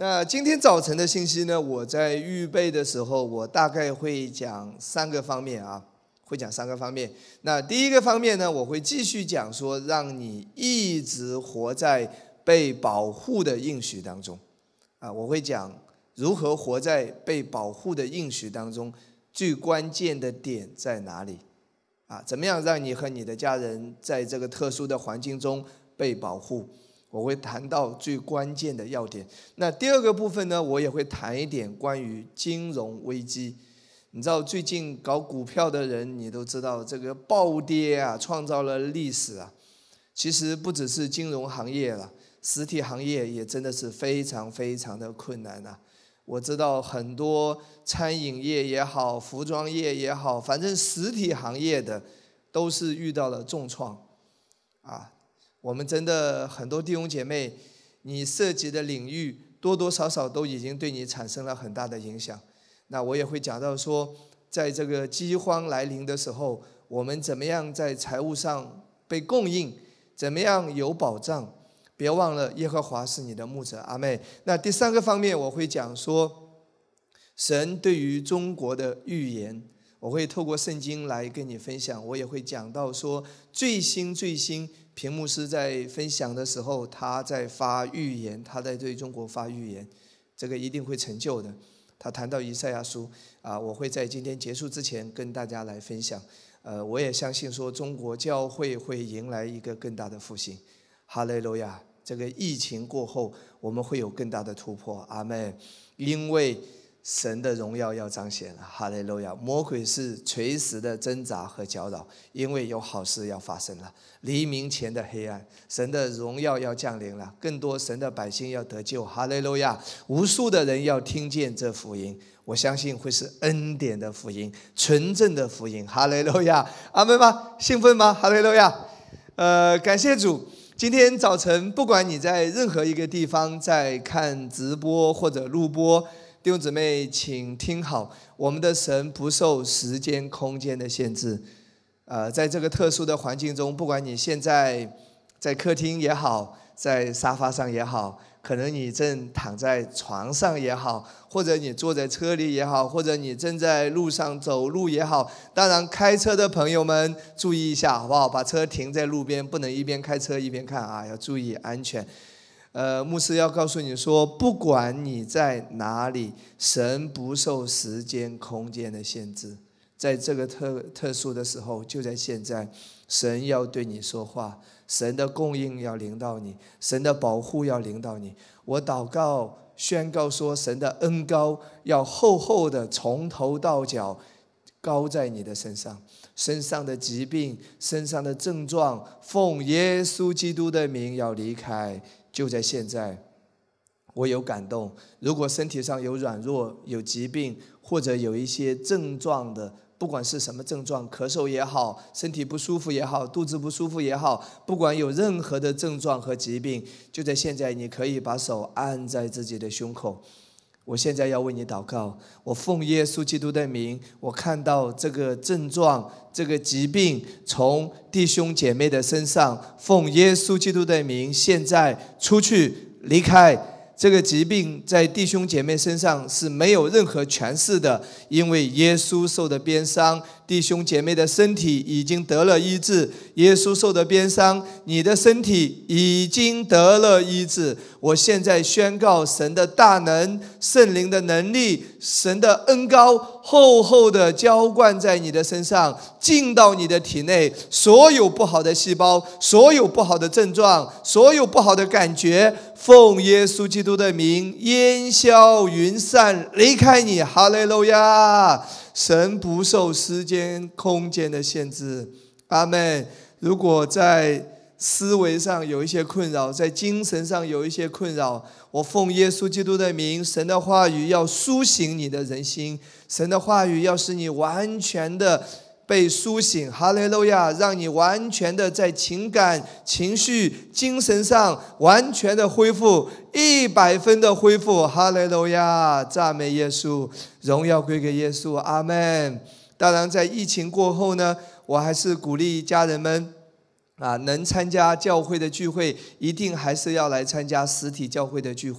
那今天早晨的信息呢，我在预备的时候，我大概会讲3个方面啊，会讲3个方面。那第一个方面呢，我会继续讲说，让你一直活在被保护的应许当中啊，我会讲如何活在被保护的应许当中，最关键的点在哪里啊？怎么样让你和你的家人在这个特殊的环境中被保护？我会谈到最关键的要点。那第二个部分呢，我也会谈一点关于金融危机。你知道最近搞股票的人，你都知道这个暴跌啊，创造了历史啊。其实不只是金融行业了，实体行业也真的是非常非常的困难啊。我知道很多餐饮业也好，服装业也好，反正实体行业的都是遇到了重创啊。我们真的很多弟兄姐妹，你涉及的领域多多少少都已经对你产生了很大的影响。那我也会讲到说，在这个饥荒来临的时候，我们怎么样在财务上被供应，怎么样有保障。别忘了耶和华是你的牧者，阿们。那第3个方面我会讲说，神对于中国的预言，我会透过圣经来跟你分享。我也会讲到说，最新平牧师在分享的时候，他在发预言，他在对中国发预言，这个一定会成就的。他谈到以赛亚书啊，我会在今天结束之前跟大家来分享。我也相信说，中国教会会迎来一个更大的复兴。哈利路亚！这个疫情过后，我们会有更大的突破，阿们。因为神的荣耀要彰显了，哈利路亚！魔鬼是垂死的挣扎和搅扰，因为有好事要发生了。黎明前的黑暗，神的荣耀要降临了，更多神的百姓要得救，哈利路亚！无数的人要听见这福音，我相信会是恩典的福音，纯正的福音，哈利路亚！阿们吗？兴奋吗？哈利路亚！感谢主。今天早晨，不管你在任何一个地方在看直播或者录播，弟兄姊妹请听好，我们的神不受时间空间的限制。在这个特殊的环境中，不管你现在在客厅也好，在沙发上也好，可能你正躺在床上也好，或者你坐在车里也好，或者你正在路上走路也好。当然开车的朋友们注意一下好不好？把车停在路边，不能一边开车一边看啊，要注意安全。牧师要告诉你说，不管你在哪里，神不受时间空间的限制。在这个特殊的时候，就在现在，神要对你说话，神的供应要临到你，神的保护要临到你。我祷告宣告说，神的恩膏要厚厚的从头到脚高在你的身上，身上的疾病，身上的症状，奉耶稣基督的名要离开。就在现在，我有感动，如果身体上有软弱，有疾病，或者有一些症状的，不管是什么症状，咳嗽也好，身体不舒服也好，肚子不舒服也好，不管有任何的症状和疾病，就在现在，你可以把手按在自己的胸口。我现在要为你祷告，我奉耶稣基督的名，我看到这个症状，这个疾病从弟兄姐妹的身上，奉耶稣基督的名，现在出去离开。这个疾病在弟兄姐妹身上是没有任何权势的，因为耶稣受的鞭伤，弟兄姐妹的身体已经得了医治。耶稣受的鞭伤，你的身体已经得了医治。我现在宣告神的大能，圣灵的能力，神的恩膏厚厚的浇灌在你的身上，进到你的体内，所有不好的细胞，所有不好的症状，所有不好的感觉，奉耶稣基督的名烟消云散，离开你，哈利路亚！神不受时间空间的限制，阿们。如果在思维上有一些困扰，在精神上有一些困扰，我奉耶稣基督的名，神的话语要苏醒你的人心，神的话语要使你完全的被苏醒，哈利路亚！让你完全的在情感、情绪、精神上完全的恢复，100分的恢复，哈利路亚！赞美耶稣，荣耀归给耶稣，阿们。当然在疫情过后呢，我还是鼓励家人们能参加教会的聚会，一定还是要来参加实体教会的聚会。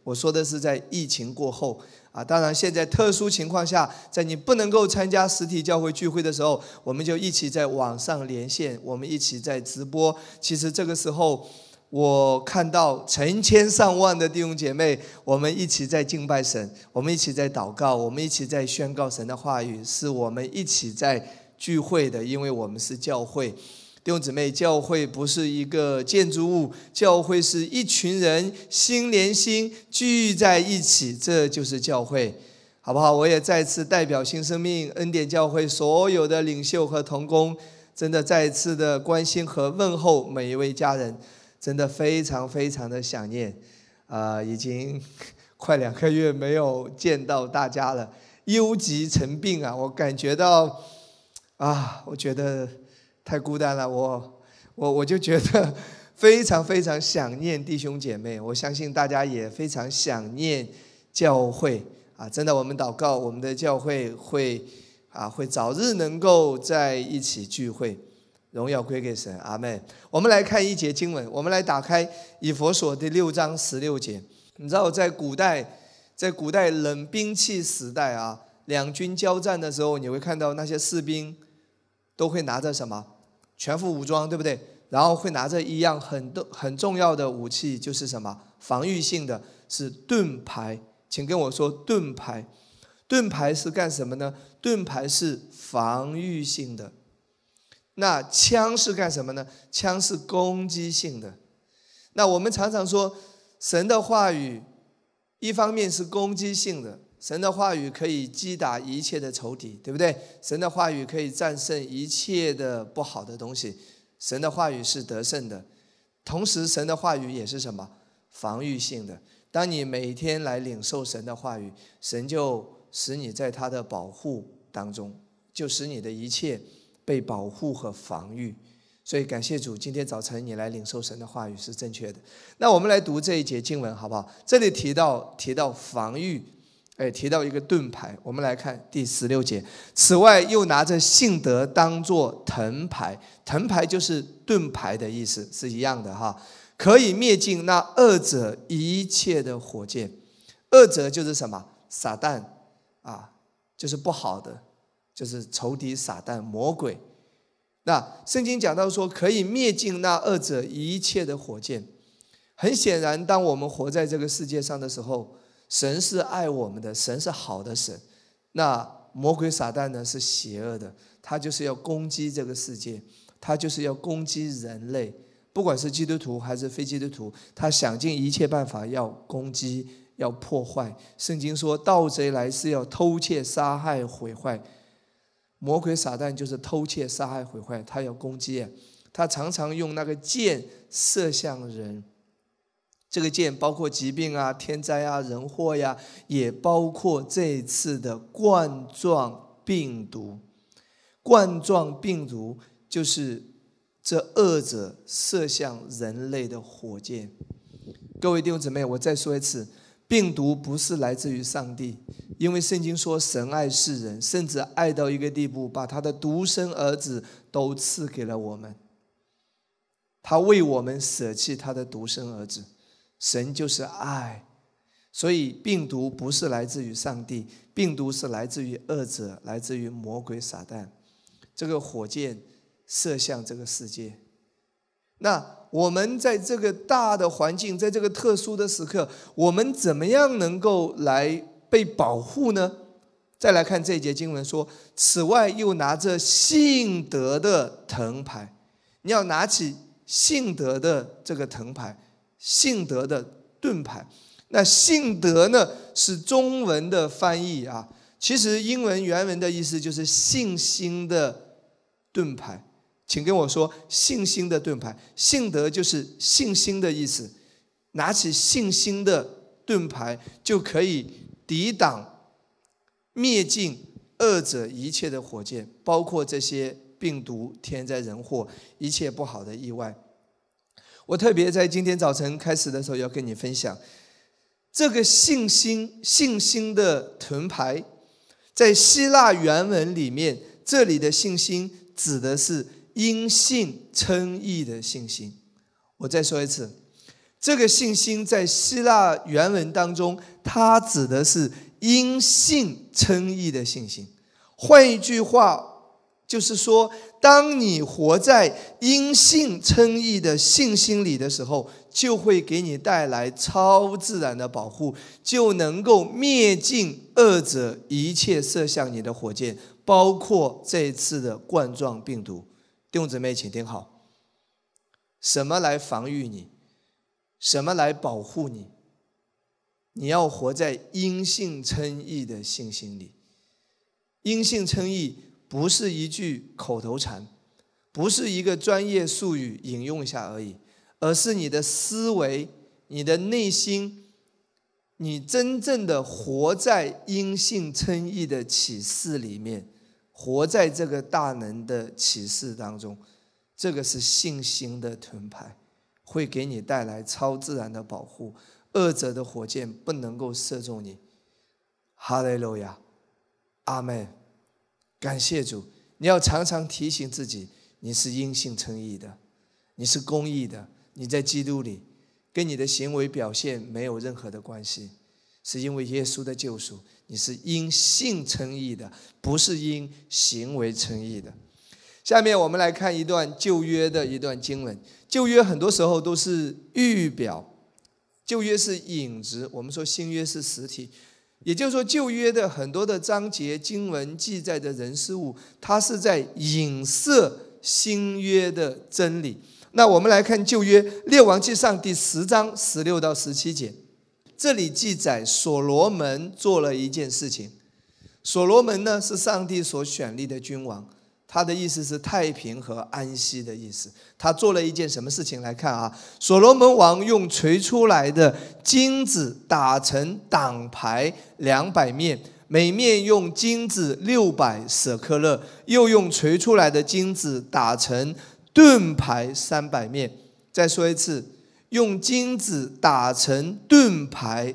我说的是在疫情过后啊。当然现在特殊情况下，在你不能够参加实体教会聚会的时候，我们就一起在网上连线，我们一起在直播。其实这个时候我看到成千上万的弟兄姐妹，我们一起在敬拜神，我们一起在祷告，我们一起在宣告神的话语，是我们一起在聚会的，因为我们是教会。弟兄姊妹，教会不是一个建筑物，教会是一群人心连心聚在一起，这就是教会，好不好？我也再次代表新生命恩典教会所有的领袖和同工，真的再一次的关心和问候每一位家人，真的非常非常的想念，已经快2个月没有见到大家了，忧急成病啊！我感觉到我觉得太孤单了，我就觉得非常非常想念弟兄姐妹，我相信大家也非常想念教会啊！真的，我们祷告，我们的教会会早日能够在一起聚会，荣耀归给神，阿们。我们来看一节经文，我们来打开以弗所第6章16节。你知道在古代冷兵器时代啊，两军交战的时候，你会看到那些士兵都会拿着什么？全副武装，对不对？然后会拿着一样很重要的武器，就是什么？防御性的，是盾牌。请跟我说盾牌。盾牌是干什么呢？盾牌是防御性的。那枪是干什么呢？枪是攻击性的。那我们常常说，神的话语一方面是攻击性的，神的话语可以击打一切的仇敌，对不对？神的话语可以战胜一切的不好的东西，神的话语是得胜的。同时神的话语也是什么？防御性的。当你每天来领受神的话语，神就使你在他的保护当中，就使你的一切被保护和防御。所以感谢主，今天早晨你来领受神的话语是正确的。那我们来读这一节经文好不好？这里提到防御，提到一个盾牌。我们来看第16节，此外又拿着信德当作藤牌，藤牌就是盾牌的意思，是一样的哈。可以灭尽那恶者一切的火箭。恶者就是什么？撒旦啊，就是不好的，就是仇敌撒旦魔鬼。那圣经讲到说，可以灭尽那恶者一切的火箭。很显然，当我们活在这个世界上的时候，神是爱我们的，神是好的神。那魔鬼撒旦呢是邪恶的，他就是要攻击这个世界，他就是要攻击人类，不管是基督徒还是非基督徒，他想尽一切办法要攻击，要破坏。圣经说，盗贼来是要偷窃、杀害、毁坏。魔鬼撒旦就是偷窃、杀害、毁坏，他要攻击，他常常用那个箭射向人。这个箭包括疾病啊、天灾啊、人祸呀，也包括这一次的冠状病毒。冠状病毒就是这恶者射向人类的火箭。各位弟兄姊妹，我再说一次，病毒不是来自于上帝，因为圣经说神爱世人，甚至爱到一个地步，把他的独生儿子都赐给了我们。他为我们舍弃他的独生儿子，神就是爱。所以病毒不是来自于上帝，病毒是来自于恶者，来自于魔鬼撒旦。这个火箭射向这个世界。那我们在这个大的环境，在这个特殊的时刻，我们怎么样能够来被保护呢？再来看这一节经文说，此外又拿着信德的藤牌。你要拿起信德的这个藤牌，信德的盾牌。那信德呢是中文的翻译啊，其实英文原文的意思就是信心的盾牌。请跟我说信心的盾牌，信德就是信心的意思。拿起信心的盾牌，就可以抵挡灭尽恶者一切的火箭，包括这些病毒、天灾人祸、一切不好的意外。我特别在今天早晨开始的时候要跟你分享这个信心的盾牌，在希腊原文里面，这里的信心指的是因信称义的信心。我再说一次， 这个信心在希腊原文当中，它指的是因信称义的信心。换一句话就是说，当你活在因信称义的信心里的时候，就会给你带来超自然的保护，就能够灭尽恶者一切射向你的火箭，包括这一次的冠状病毒。弟兄姊妹请听好，什么来防御你？什么来保护你？你要活在因信称义的信心里。因信称义不是一句口头禅，不是一个专业术语引用一下而已，而是你的思维，你的内心，你真正的活在因信称义的启示里面，活在这个大能的启示当中，这个是信心的盾牌，会给你带来超自然的保护，恶者的火箭不能够射中你。哈利路亚，阿们，感谢主。你要常常提醒自己，你是因信称义的，你是公义的，你在基督里，跟你的行为表现没有任何的关系，是因为耶稣的救赎，你是因信称义的，不是因行为称义的。下面我们来看一段旧约的一段经文。旧约很多时候都是预表，旧约是影子，我们说新约是实体。也就是说，旧约的很多的章节经文记载的人事物，它是在影射新约的真理。那我们来看旧约列王纪上第10章16到17节，这里记载所罗门做了一件事情。所罗门呢，是上帝所选立的君王，他的意思是太平和安息的意思。他做了一件什么事情？来看啊，所罗门王用锤出来的金子打成挡牌200面，每面用金子600舍克勒，又用锤出来的金子打成盾牌300面。再说一次，用金子打成盾牌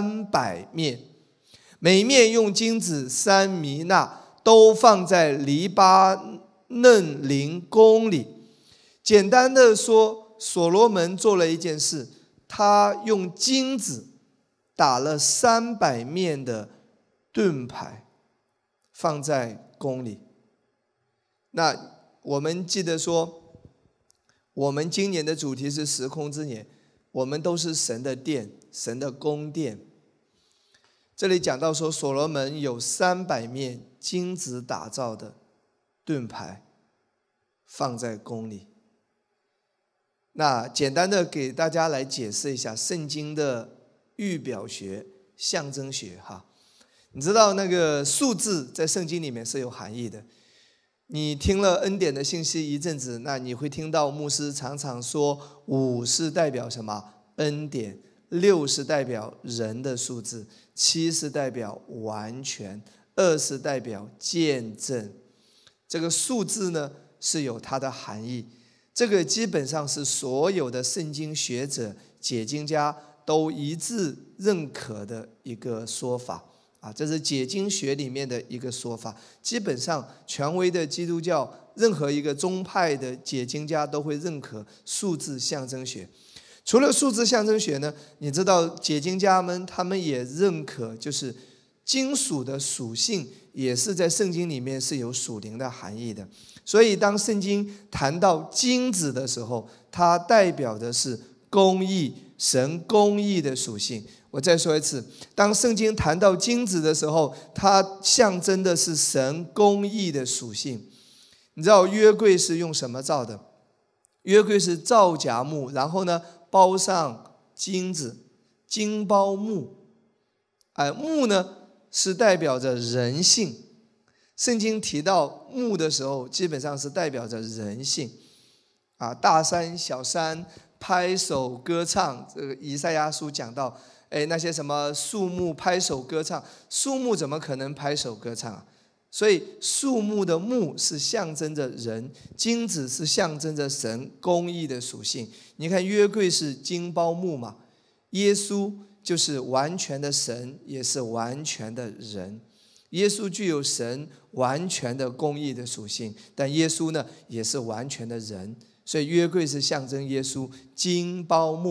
300面，每面用金子3弥纳，都放在黎巴嫩林宫里。简单的说，所罗门做了一件事，他用金子打了300面的盾牌，放在宫里。那我们记得说，我们今年的主题是时空之年，我们都是神的殿，神的宫殿。这里讲到说，所罗门有300面金子打造的盾牌放在宫里。那简单的给大家来解释一下圣经的预表学、象征学哈。你知道那个数字在圣经里面是有含义的。你听了恩典的信息一阵子，那你会听到牧师常常说5是代表什么？恩典。6是代表人的数字，7是代表完全，2是代表见证。这个数字呢是有它的含义，这个基本上是所有的圣经学者、解经家都一致认可的一个说法啊，这是解经学里面的一个说法。基本上权威的基督教任何一个宗派的解经家都会认可数字象征学。除了数字象征学呢，你知道解经家们他们也认可，就是金属的属性也是在圣经里面是有属灵的含义的。所以当圣经谈到金子的时候，它代表的是公义，神公义的属性。我再说一次，当圣经谈到金子的时候，它象征的是神公义的属性。你知道约柜是用什么造的？约柜是皂荚木，然后呢包上金子，金包木。木呢是代表着人性。圣经提到木的时候，基本上是代表着人性。大山小山拍手歌唱，这个以赛亚书讲到，那些什么树木拍手歌唱，树木怎么可能拍手歌唱啊？所以树木的木是象征着人，金子是象征着神公义的属性。你看约柜是金包木嘛，耶稣就是完全的神，也是完全的人。耶稣具有神完全的公义的属性，但耶稣呢也是完全的人，所以约柜是象征耶稣，金包木。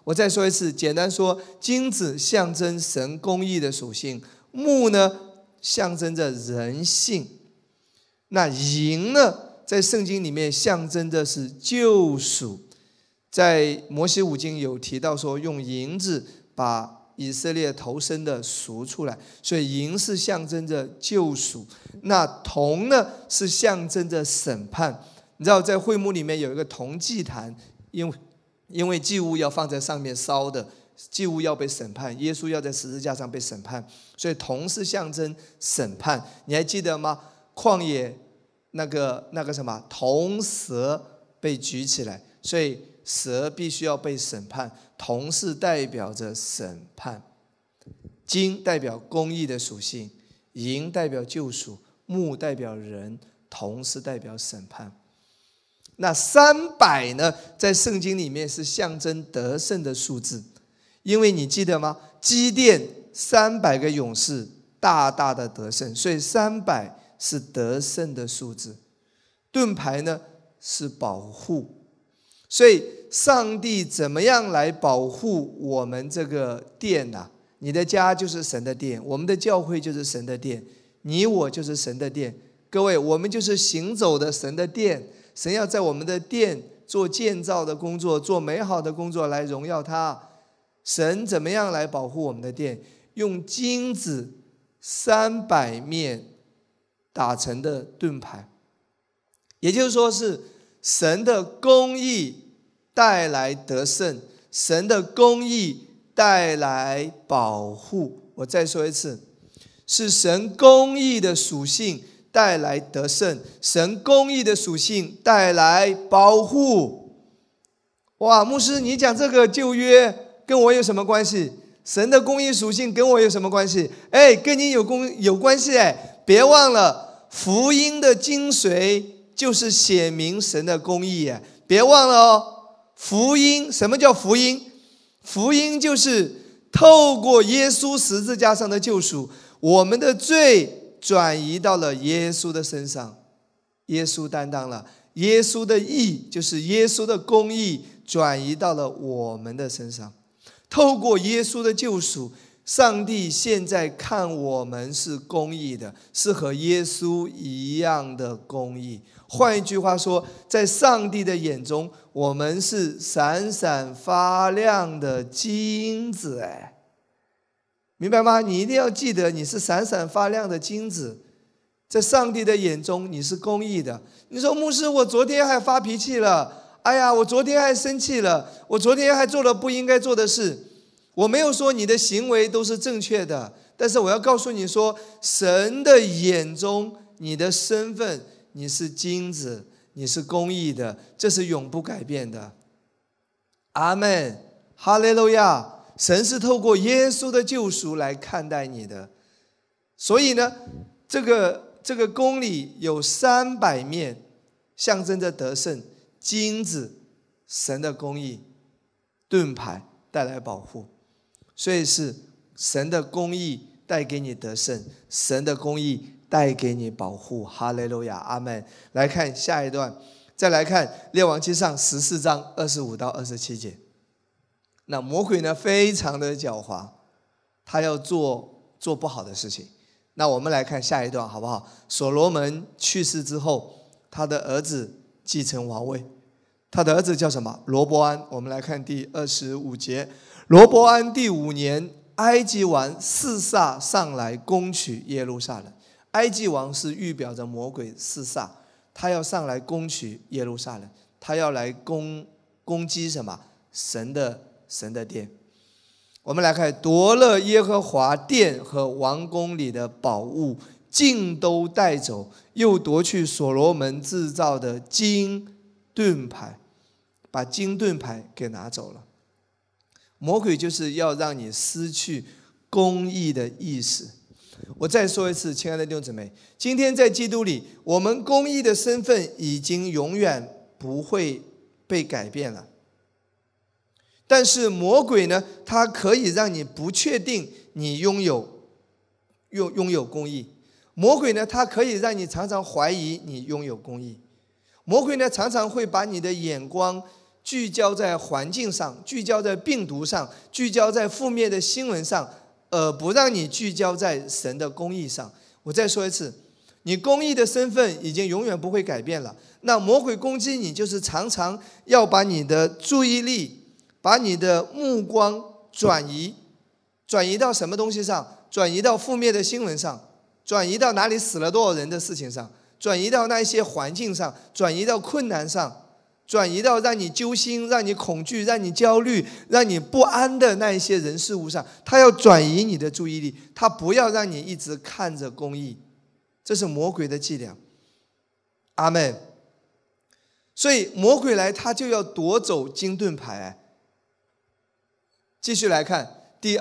我再说一次，简单说，金子象征神公义的属性，木呢象征着人性，那银呢在圣经里面象征的是救赎。在摩西五经有提到说，用银子把以色列头生的赎出来，所以银是象征着救赎。那铜呢是象征着审判。你知道在会幕里面有一个铜祭坛，因为祭物要放在上面烧的，祭物要被审判，耶稣要在十字架上被审判，所以铜是象征审判。你还记得吗？旷野那个什么铜蛇被举起来，所以蛇必须要被审判。铜是代表着审判，金代表公义的属性，银代表救赎，木代表人，铜是代表审判。那300呢，在圣经里面是象征得胜的数字，因为你记得吗？基甸300个勇士大大的得胜，所以300是得胜的数字。盾牌呢是保护，所以上帝怎么样来保护我们这个殿啊？你的家就是神的殿，我们的教会就是神的殿，你我就是神的殿。各位，我们就是行走的神的殿，神要在我们的殿做建造的工作，做美好的工作来荣耀他。神怎么样来保护我们的殿？用金子300面打成的盾牌，也就是说是神的公义带来得胜，神的公义带来保护。我再说一次，是神公义的属性带来得胜，神公义的属性带来保护。哇，牧师，你讲这个旧约跟我有什么关系？神的公义属性跟我有什么关系？跟你有关系。别忘了福音的精髓就是显明神的公义。别忘了哦，福音，什么叫福音？福音就是透过耶稣十字架上的救赎，我们的罪转移到了耶稣的身上，耶稣担当了，耶稣的义就是耶稣的公义转移到了我们的身上。透过耶稣的救赎，上帝现在看我们是公义的，是和耶稣一样的公义。换一句话说，在上帝的眼中，我们是闪闪发亮的金子。明白吗？你一定要记得，你是闪闪发亮的金子，在上帝的眼中你是公义的。你说，牧师，我昨天还发脾气了，我昨天还生气了，我昨天还做了不应该做的事。我没有说你的行为都是正确的，但是我要告诉你说，神的眼中你的身份，你是金子，你是公义的，这是永不改变的。阿们，哈利路亚。神是透过耶稣的救赎来看待你的，所以呢，这个公理有300面，象征着得胜，金子神的公义，盾牌带来保护，所以是神的公义带给你得胜，神的公义带给你保护。哈利路亚，阿们。来看下一段，再来看列王纪上14章25到27节。那魔鬼呢，非常的狡猾，他要做不好的事情。那我们来看下一段好不好？所罗门去世之后，他的儿子继承王位，他的儿子叫什么？罗波安。我们来看第25节。罗波安第5年，埃及王示撒上来攻取耶路撒冷。埃及王是预表着魔鬼示撒，他要上来攻取耶路撒冷，他要来攻击什么？神的殿。我们来看，夺了耶和华殿和王宫里的宝物，尽都带走，又夺去所罗门制造的金盾牌，把金盾牌给拿走了。魔鬼就是要让你失去公义的意识。我再说一次，亲爱的弟兄姊妹，今天在基督里，我们公义的身份已经永远不会被改变了。但是魔鬼呢，他可以让你不确定你拥有公义。魔鬼呢，他可以让你常常怀疑你拥有公义。魔鬼呢，常常会把你的眼光聚焦在环境上，聚焦在病毒上，聚焦在负面的新闻上，而不让你聚焦在神的公义上。我再说一次，你公义的身份已经永远不会改变了。那魔鬼攻击你，就是常常要把你的注意力，把你的目光转移到什么东西上？转移到负面的新闻上，转移到哪里死了多少人的事情上，转移到那一些环境上，转移到困难上，转移到让你揪心、让你恐惧、让你焦虑、让你不安的那一些人事物上。他要转移你的注意力，他不要让你一直看着公义，这是魔鬼的伎俩。阿们。所以魔鬼来，他就要夺走金盾牌。继续来看第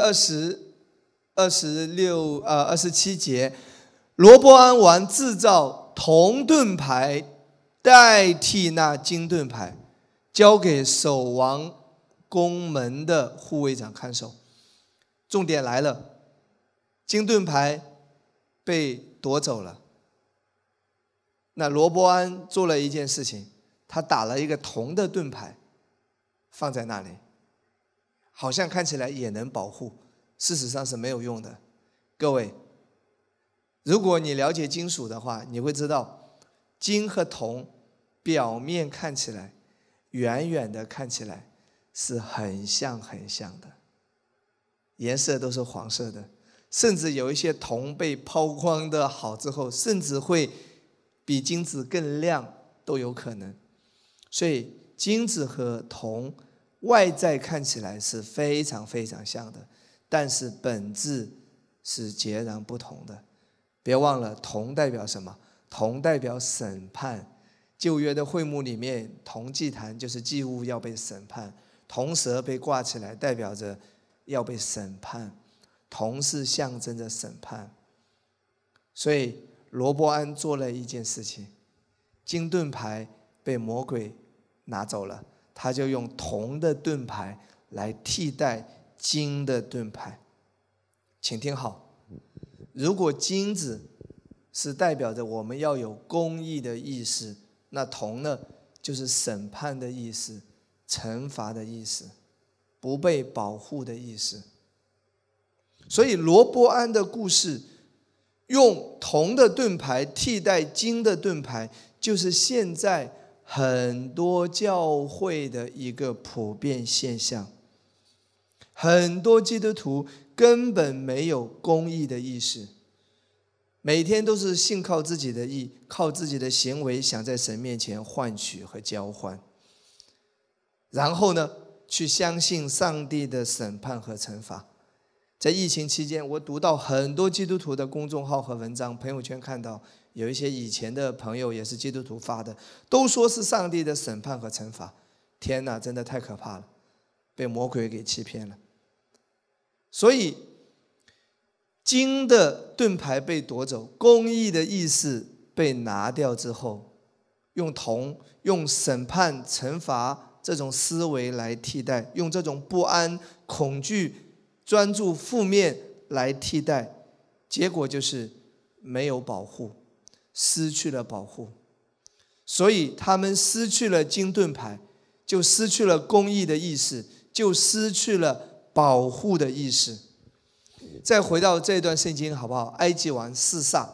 27节，罗波安王制造铜盾牌代替那金盾牌，交给守王宫门的护卫长看守。重点来了，金盾牌被夺走了。那罗波安做了一件事情，他打了一个铜的盾牌放在那里，好像看起来也能保护，事实上是没有用的。各位，如果你了解金属的话，你会知道金和铜表面看起来，远远的看起来是很像的，颜色都是黄色的，甚至有一些铜被抛光的好之后，甚至会比金子更亮都有可能。所以金子和铜外在看起来是非常像的，但是本质是截然不同的。别忘了，铜代表什么？铜代表审判。旧约的会幕里面，铜祭坛就是祭物要被审判，铜蛇被挂起来代表着要被审判，铜是象征着审判。所以罗波安做了一件事情，金盾牌被魔鬼拿走了，他就用铜的盾牌来替代金的盾牌。请听好，如果金子是代表着我们要有公义的意识，那铜呢，就是审判的意思，惩罚的意思，不被保护的意思。所以罗波安的故事用铜的盾牌替代金的盾牌，就是现在很多教会的一个普遍现象。很多基督徒根本没有公义的意识，每天都是信靠自己的义，靠自己的行为想在神面前换取和交换，然后呢，去相信上帝的审判和惩罚。在疫情期间，我读到很多基督徒的公众号和文章，朋友圈看到有一些以前的朋友也是基督徒发的，都说是上帝的审判和惩罚。天哪，真的太可怕了，被魔鬼给欺骗了。所以金的盾牌被夺走，公义的意识被拿掉之后，用铜、用审判、惩罚这种思维来替代，用这种不安、恐惧、专注负面来替代，结果就是没有保护，失去了保护。所以他们失去了金盾牌，就失去了公义的意识，就失去了保护的意识。再回到这段圣经好不好？埃及王示撒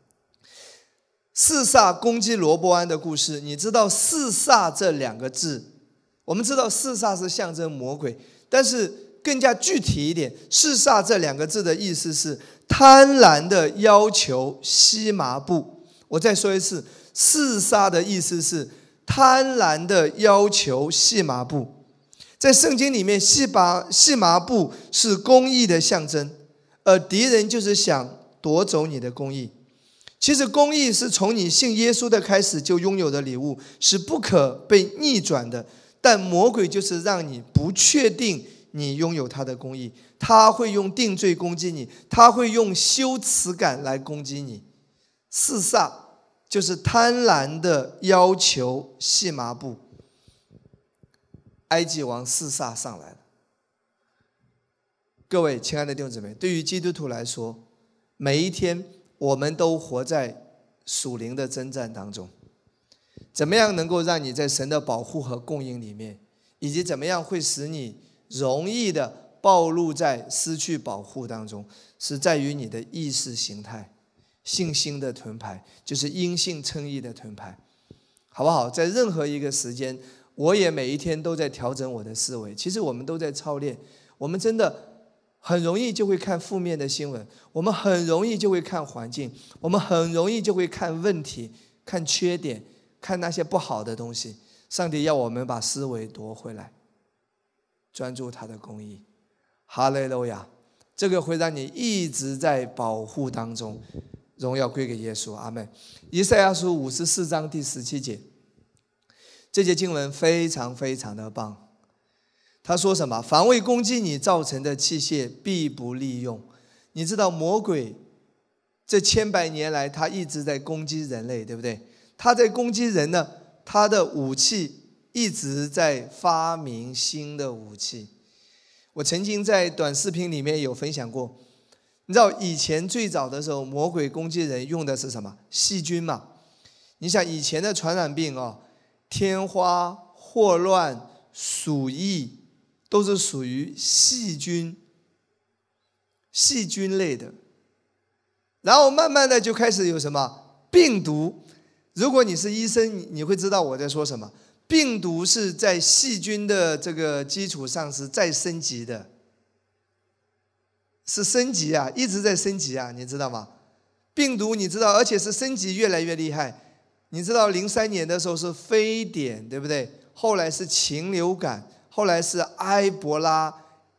攻击罗波安的故事，你知道示撒这两个字，我们知道示撒是象征魔鬼，但是更加具体一点，示撒这两个字的意思是贪婪的要求西麻布。我再说一次，示撒的意思是贪婪的要求细麻布。在圣经里面，细麻布是公义的象征，而敌人就是想夺走你的公义。其实公义是从你信耶稣的开始就拥有的礼物，是不可被逆转的，但魔鬼就是让你不确定你拥有他的公义，他会用定罪攻击你，他会用羞耻感来攻击你。示撒就是贪婪的要求细麻布。埃及王示撒上来了。各位亲爱的弟兄姊妹，对于基督徒来说，每一天我们都活在属灵的征战当中。怎么样能够让你在神的保护和供应里面以及怎么样会使你容易的暴露在失去保护当中，是在于你的意识形态。信心的盾牌就是因信称义的盾牌，好不好？在任何一个时间，我也每一天都在调整我的思维。其实我们都在操练，我们真的很容易就会看负面的新闻，我们很容易就会看环境，我们很容易就会看问题、看缺点、看那些不好的东西。上帝要我们把思维夺回来，专注他的公义。哈利路亚！这个会让你一直在保护当中。荣耀归给耶稣，阿们。以赛亚书54章第17节，这节经文非常非常的棒。他说什么？凡为攻击你造成的器械，必不利用。你知道魔鬼这千百年来，他一直在攻击人类，对不对？他在攻击人呢，他的武器一直在发明新的武器。我曾经在短视频里面有分享过。你知道以前最早的时候，魔鬼攻击人用的是什么？细菌嘛。你想以前的传染病天花、霍乱、鼠疫，都是属于细菌类的。然后慢慢的就开始有什么病毒。如果你是医生，你会知道我在说什么。病毒是在细菌的这个基础上是再升级的。是升级啊，一直在升级啊，你知道吗？病毒你知道，而且是升级越来越厉害。你知道03年的时候是非典，对不对？后来是禽流感，后来是埃博拉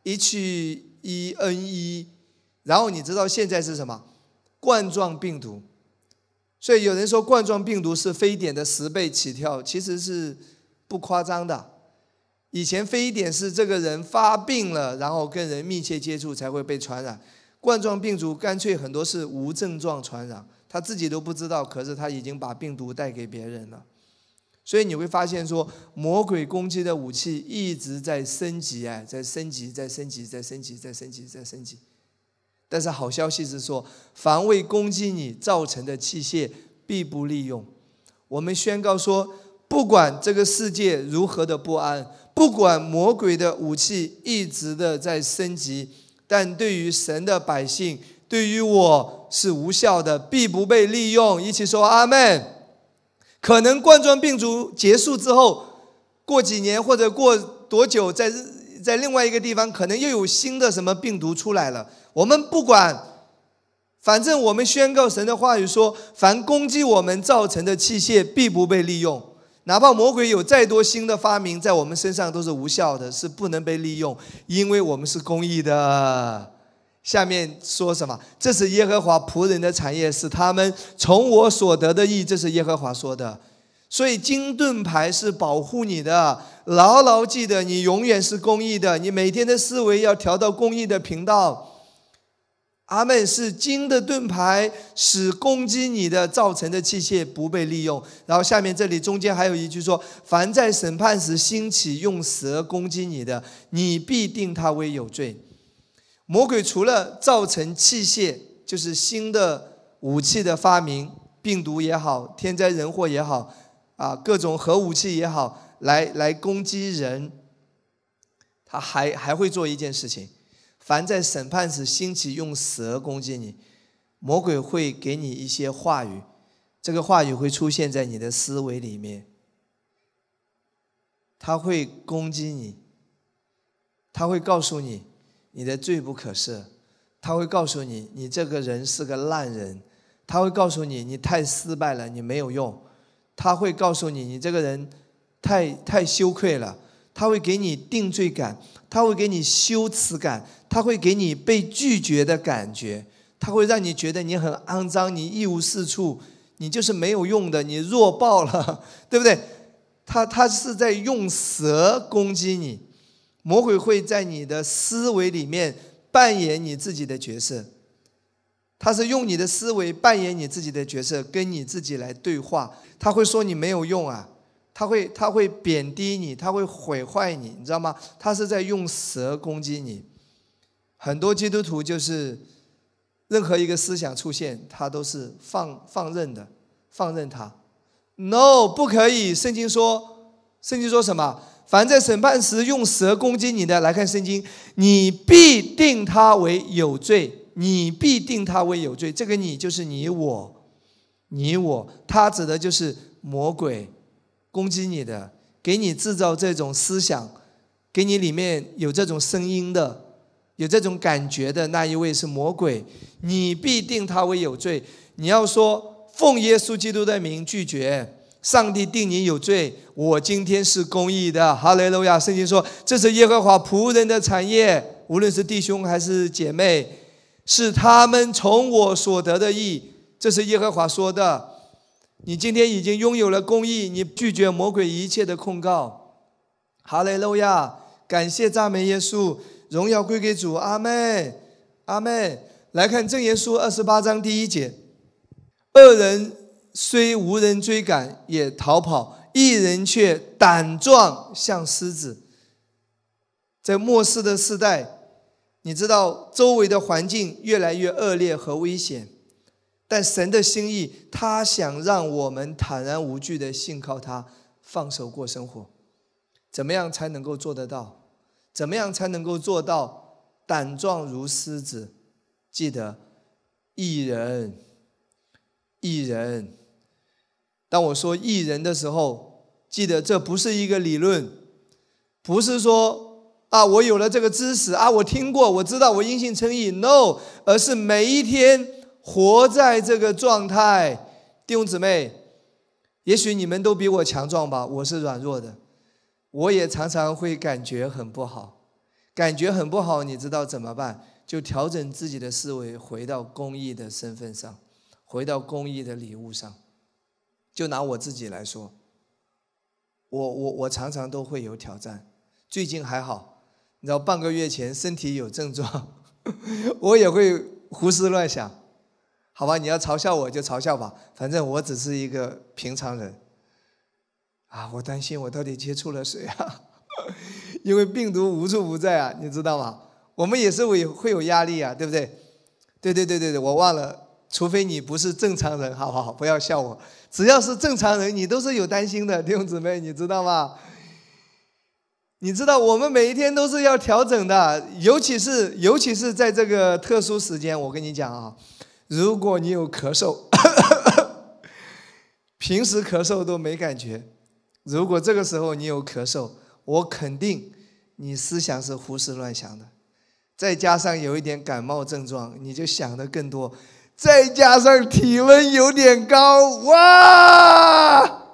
H1N1， 然后你知道现在是什么？冠状病毒。所以有人说冠状病毒是非典的10倍起跳，其实是不夸张的。以前非典是这个人发病了，然后跟人密切接触才会被传染。冠状病毒干脆很多是无症状传染，他自己都不知道，可是他已经把病毒带给别人了。所以你会发现说，魔鬼攻击的武器一直在升级，在升级，在升级，在升级，在升级，在升级。但是好消息是说，凡为攻击你造成的器械，必不利用。我们宣告说，不管这个世界如何的不安，不管魔鬼的武器一直的在升级，但对于神的百姓，对于我是无效的，必不被利用。一起说阿们。可能冠状病毒结束之后，过几年或者过多久，在另外一个地方，可能又有新的什么病毒出来了。我们不管，反正我们宣告神的话语说，凡攻击我们造成的器械，必不被利用。哪怕魔鬼有再多新的发明，在我们身上都是无效的，是不能被利用，因为我们是公义的。下面说什么？这是耶和华仆人的产业，是他们从我所得的义，这是耶和华说的。所以金盾牌是保护你的，牢牢记得你永远是公义的，你每天的思维要调到公义的频道。阿们。是金的盾牌使攻击你的造成的器械不被利用。然后下面这里中间还有一句说，凡在审判时兴起用蛇攻击你的，你必定他为有罪。魔鬼除了造成器械，就是新的武器的发明，病毒也好，天灾人祸也好，各种核武器也好，来攻击人，他还会做一件事情，凡在审判时兴起用蛇攻击你，魔鬼会给你一些话语，这个话语会出现在你的思维里面，他会攻击你，他会告诉你你的罪不可赦，他会告诉你你这个人是个烂人，他会告诉你你太失败了，你没有用，他会告诉你你这个人太羞愧了，他会给你定罪感，他会给你羞耻感，他会给你被拒绝的感觉，他会让你觉得你很肮脏，你一无是处，你就是没有用的，你弱爆了，对不对？他是在用蛇攻击你。魔鬼会在你的思维里面扮演你自己的角色，他是用你的思维扮演你自己的角色，跟你自己来对话。他会说你没有用啊，他会贬低你，他会毁坏你，你知道吗？他是在用蛇攻击你。很多基督徒就是任何一个思想出现，他都是放任的，放任他。No， 不可以。圣经说什么？ 凡在审判时用蛇攻击你的，来看圣经，你必定他为有罪，你必定他为有罪。这个你就是你我，你我，他指的就是魔鬼攻击你的，给你制造这种思想，给你里面有这种声音的，有这种感觉的那一位是魔鬼，你必定他为有罪。你要说奉耶稣基督的名拒绝，上帝定你有罪，我今天是公义的，哈利路亚。圣经说这是耶和华仆人的产业，无论是弟兄还是姐妹，是他们从我所得的义，这是耶和华说的。你今天已经拥有了公义，你拒绝魔鬼一切的控告，哈利路亚，感谢赞美耶稣，荣耀归给主，阿们，阿们。来看箴言书28章第1节，恶人虽无人追赶也逃跑，义人却胆壮像狮子。在末世的世代，你知道周围的环境越来越恶劣和危险，但神的心意，他想让我们坦然无惧地信靠他，放手过生活。怎么样才能够做得到？怎么样才能够做到胆壮如狮子？记得义人，义人。当我说义人的时候，记得这不是一个理论，不是说我有了这个知识我听过，我知道我因信称义 ，no， 而是每一天活在这个状态。弟兄姊妹，也许你们都比我强壮吧，我是软弱的，我也常常会感觉很不好，感觉很不好，你知道怎么办？就调整自己的思维，回到公义的身份上，回到公义的礼物上。就拿我自己来说，我常常都会有挑战，最近还好，你知道半个月前身体有症状，我也会胡思乱想。好吧，你要嘲笑我就嘲笑吧，反正我只是一个平常人。我担心我到底接触了谁因为病毒无处不在你知道吗？我们也是会有压力对不对？对，我忘了，除非你不是正常人，好，不要笑我。只要是正常人，你都是有担心的，弟兄姊妹，你知道吗？你知道我们每一天都是要调整的，尤其是在这个特殊时间，我跟你讲如果你有咳嗽，平时咳嗽都没感觉，如果这个时候你有咳嗽，我肯定你思想是胡思乱想的，再加上有一点感冒症状，你就想得更多，再加上体温有点高，哇！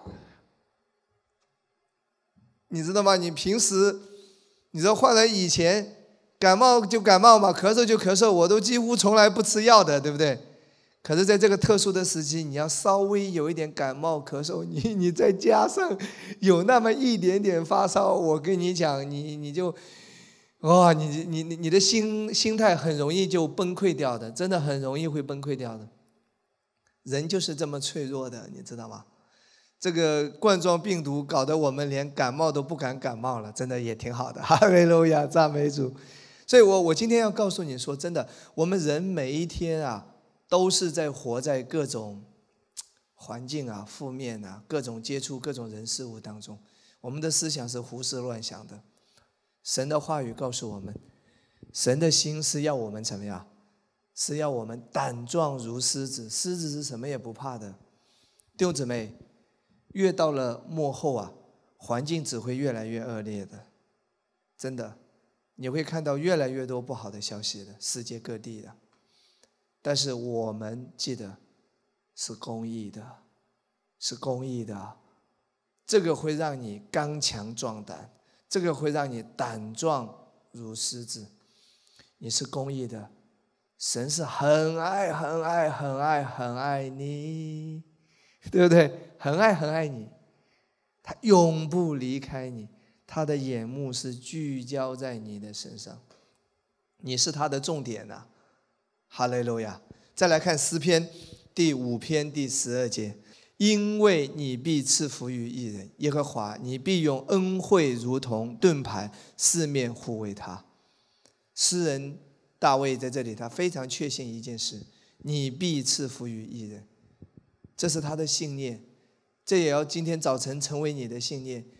你知道吗？你平时，你说换了以前，感冒就感冒嘛，咳嗽就咳嗽，我都几乎从来不吃药的，对不对？可是在这个特殊的时期，你要稍微有一点感冒咳嗽，你再加上有那么一点点发烧，我跟你讲，你就你的心态很容易就崩溃掉的，真的很容易会崩溃掉的。人就是这么脆弱的，你知道吗？这个冠状病毒搞得我们连感冒都不敢感冒了，真的也挺好的，哈利路亚，赞美主。所以我今天要告诉你说，真的，我们人每一天都是在活在各种环境负面各种接触各种人事物当中，我们的思想是胡思乱想的。神的话语告诉我们，神的心是要我们怎么样？是要我们胆壮如狮子。狮子是什么也不怕的。弟兄姊妹，越到了末后环境只会越来越恶劣的，真的，你会看到越来越多不好的消息的，世界各地的。但是我们记得是公义的，是公义的，这个会让你刚强壮胆，这个会让你胆壮如狮子。你是公义的，神是很爱很爱很爱很爱你，对不对？很爱很爱你，他永不离开你，他的眼目是聚焦在你的身上，你是他的重点哈利路亚。再来看诗篇第5篇第12节，因为你必赐福于义人，耶和华你必用恩惠如同盾牌，四面护卫他。诗人大卫在这里他非常确信一件事，你必赐福于义人，这是他的信念，这也要今天早晨成为你的信念。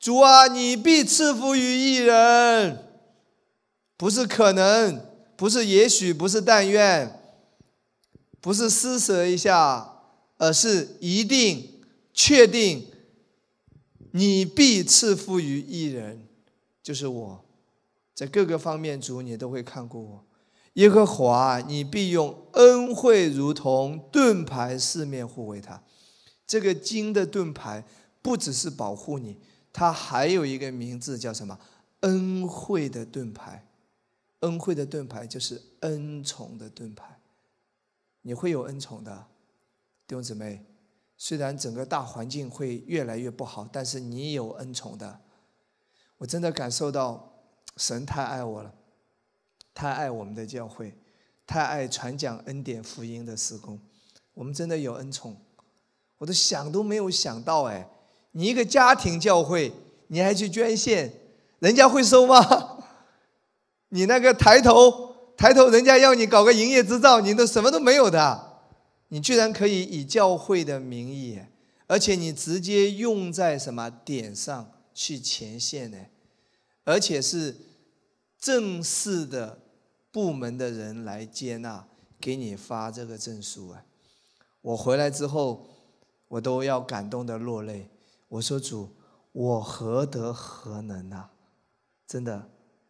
主啊，你必赐福于义人。不是可能，不是也许，不是但愿，不是施舍一下，而是一定确定，你必赐福于义人，就是我。在各个方面，主你都会看顾我。耶和华，你必用恩惠如同盾牌四面护卫他。这个金的盾牌不只是保护你，它还有一个名字叫什么？恩惠的盾牌。恩惠的盾牌就是恩宠的盾牌。你会有恩宠的，弟兄姊妹。虽然整个大环境会越来越不好，但是你有恩宠的。我真的感受到神太爱我了，太爱我们的教会，太爱传讲恩典福音的事工。我们真的有恩宠，我都想都没有想到你一个家庭教会，你还去捐献，人家会收吗？你那个抬头，人家要你搞个营业执照，你都什么都没有的，你居然可以以教会的名义，而且你直接用在什么点上去前线呢？而且是正式的部门的人来接纳，给你发这个证书我回来之后，我都要感动的落泪。我说主，我何德何能啊？真的。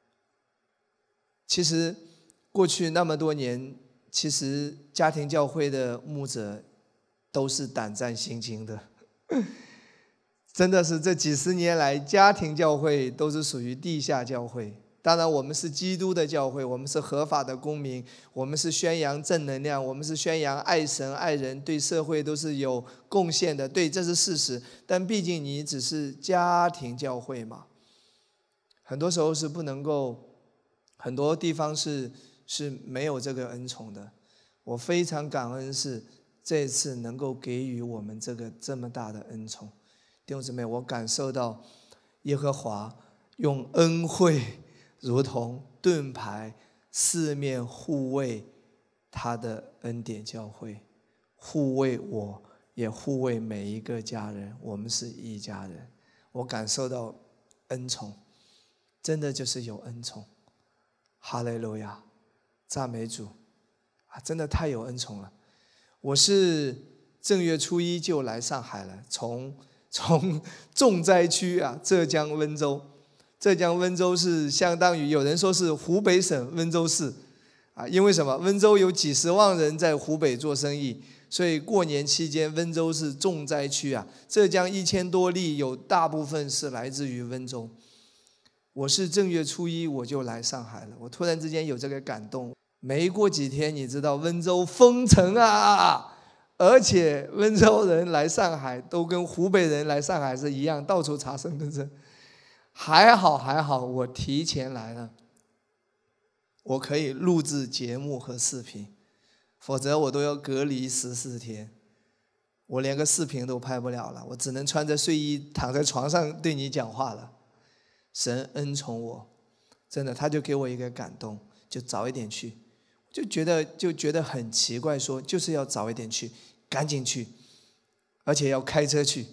其实过去那么多年，其实家庭教会的牧者都是胆战心惊的。真的是这几十年来，家庭教会都是属于地下教会。当然我们是基督的教会，我们是合法的公民，我们是宣扬正能量，我们是宣扬爱神爱人，对社会都是有贡献的，对，这是事实。但毕竟你只是家庭教会嘛，很多时候是不能够，很多地方是没有这个恩宠的。我非常感恩是这一次能够给予我们这么大的恩宠。弟兄姊妹，我感受到耶和华用恩惠如同盾牌四面护卫他的恩典教会，护卫我，也护卫每一个家人，我们是一家人。我感受到恩宠，真的就是有恩宠。哈利路亚，赞美主真的太有恩宠了。我是正月初一就来上海了，从重灾区浙江温州。浙江温州是相当于有人说是湖北省温州市因为什么？温州有几十万人在湖北做生意，所以过年期间温州是重灾区浙江1000多例，有大部分是来自于温州。我是正月初一我就来上海了，我突然之间有这个感动。没过几天，你知道温州封城而且温州人来上海都跟湖北人来上海是一样，到处查身份证。还好我提前来了，我可以录制节目和视频，否则我都要隔离14天，我连个视频都拍不了了，我只能穿着睡衣躺在床上对你讲话了。神恩宠我，真的，他就给我一个感动，就早一点去。就觉得很奇怪，说就是要早一点去，赶紧去，而且要开车去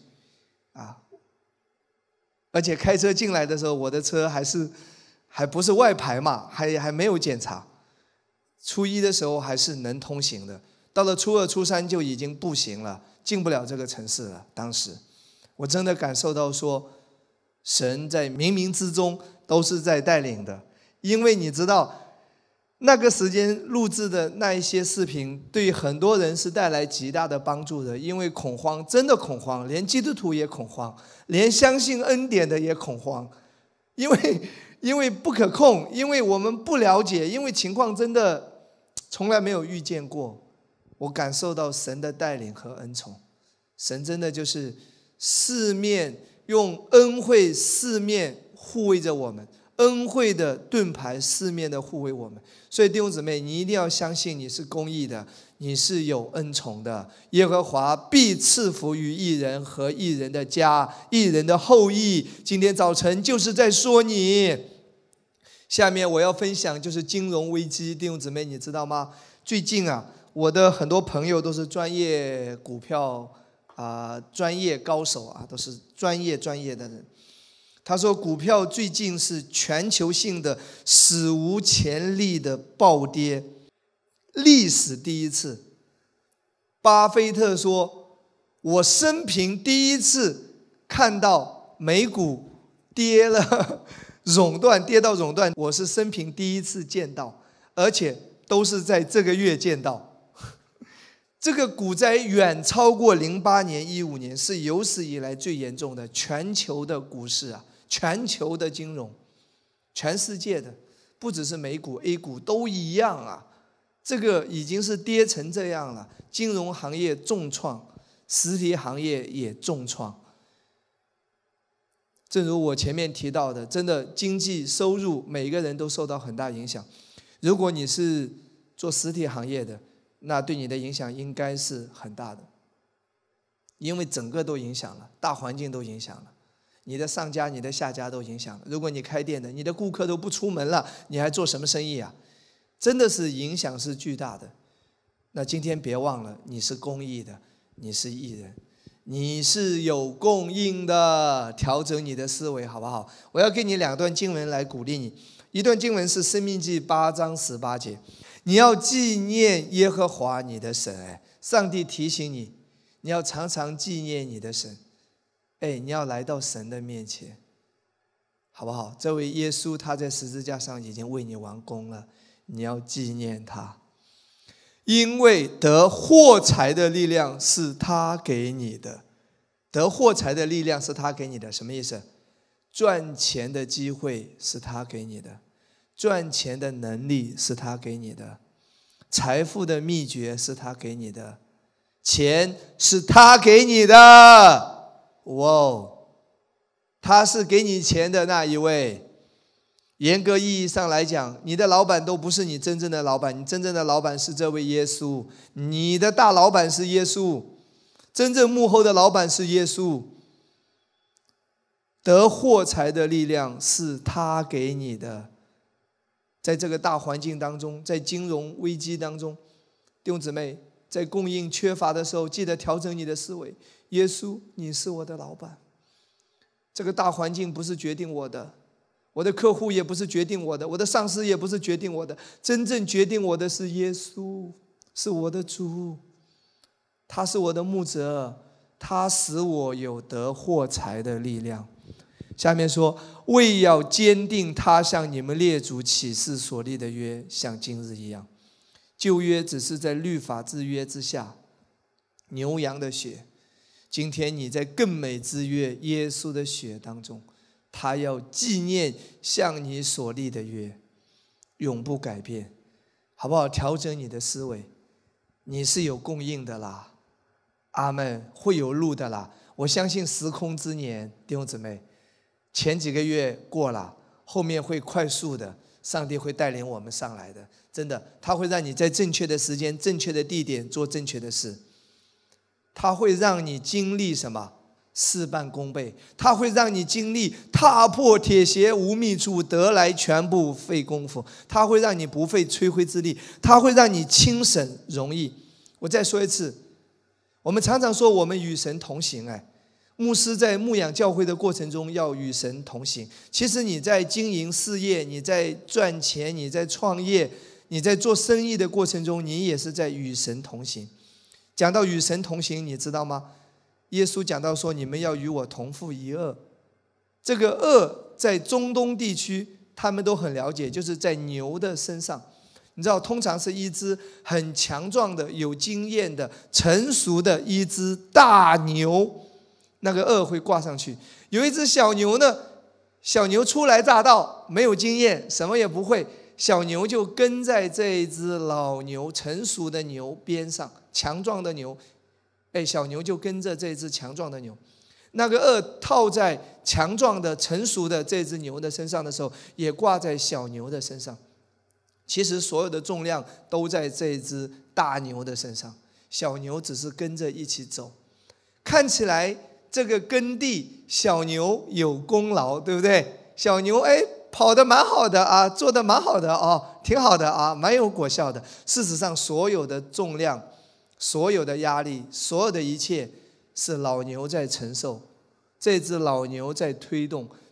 而且开车进来的时候，我的车还不是外牌嘛，还没有检查。初一的时候还是能通行的，到了初二、初三就已经不行了，进不了这个城市了。当时我真的感受到说，神在冥冥之中都是在带领的，因为你知道那个时间录制的那一些视频对很多人是带来极大的帮助的。因为恐慌，真的恐慌，连基督徒也恐慌，连相信恩典的也恐慌，因为不可控，因为我们不了解，因为情况真的从来没有遇见过。我感受到神的带领和恩宠，神真的就是四面用恩惠四面护卫着我们，恩惠的盾牌四面的护卫我们。所以弟兄姊妹，你一定要相信你是公义的，你是有恩宠的。耶和华必赐福于义人和义人的家，义人的后裔。今天早晨就是在说你。下面我要分享就是金融危机。弟兄姊妹，你知道吗？最近我的很多朋友都是专业股票专业高手都是专业的人。 他说股票最近是全球性的史无前例的暴跌，历史第一次。巴菲特说，我生平第一次看到美股跌了熔断，跌到熔断，我是生平第一次见到，而且都是在这个月见到。这个股灾远超过08年、15年，是有史以来最严重的全球的股市啊，全球的金融，全世界的，不只是美股、A 股都一样啊。这个已经是跌成这样了，金融行业重创，实体行业也重创。正如我前面提到的，真的经济收入每个人都受到很大影响。如果你是做实体行业的，那对你的影响应该是很大的，因为整个都影响了，大环境都影响了，你的上家、你的下家都影响了。如果你开店的，你的顾客都不出门了，你还做什么生意啊？真的是影响是巨大的。那今天别忘了，你是公益的，你是艺人，你是有供应的，调整你的思维好不好？我要给你2段经文来鼓励你。一段经文是申命记8章18节，你要纪念耶和华你的神。上帝提醒你，你要常常纪念你的神。你要来到神的面前，好不好？这位耶稣他在十字架上已经为你完工了，你要纪念他，因为得获财的力量是他给你的。得获财的力量是他给你的，什么意思？赚钱的机会是他给你的，赚钱的能力是他给你的，财富的秘诀是他给你的，钱是他给你的。哇，他是给你钱的那一位。严格意义上来讲，你的老板都不是你真正的老板，你真正的老板是这位耶稣，你的大老板是耶稣，真正幕后的老板是耶稣。得获财的力量是他给你的。在这个大环境当中，在金融危机当中，弟兄姊妹，在供应缺乏的时候，记得调整你的思维。耶稣，你是我的老板，这个大环境不是决定我的，我的客户也不是决定我的，我的上司也不是决定我的，真正决定我的是耶稣，是我的主，他是我的牧者，他使我有得获财的力量。下面说，为要坚定他向你们列祖起誓所立的约，像今日一样。旧约只是在律法之约之下，牛羊的血。今天你在更美之约耶稣的血当中，他要纪念向你所立的约，永不改变，好不好？调整你的思维，你是有供应的啦，阿们，会有路的啦。我相信时空之年，弟兄姊妹，前几个月过了，后面会快速的，上帝会带领我们上来的，真的，他会让你在正确的时间、正确的地点做正确的事，他会让你经历什么？事半功倍。他会让你经历踏破铁鞋无觅处，得来全不费功夫。他会让你不费吹灰之力，他会让你轻省容易。我再说一次，我们常常说我们与神同行，牧师在牧养教会的过程中要与神同行。其实你在经营事业，你在赚钱，你在创业，你在做生意的过程中，你也是在与神同行。讲到与神同行，你知道吗？耶稣讲到说，你们要与我同负一轭。这个轭在中东地区他们都很了解，就是在牛的身上。你知道，通常是一只很强壮的、有经验的、成熟的一只大牛，那个轭会挂上去。有一只小牛呢，小牛初来乍到，没有经验，什么也不会，小牛就跟在这一只老牛、成熟的牛边上，强壮的牛，小牛就跟着这只强壮的牛。那个轭套在强壮的、成熟的这只牛的身上的时候，也挂在小牛的身上。其实所有的重量都在这只大牛的身上，小牛只是跟着一起走。看起来这个耕地小牛有功劳，对不对？小牛跑得蛮好的啊，做得蛮好的啊，挺好的啊，蛮有果效的。事实上，所有的重量、所有的压力、所有的一切是老牛在承受，这只老牛在推动，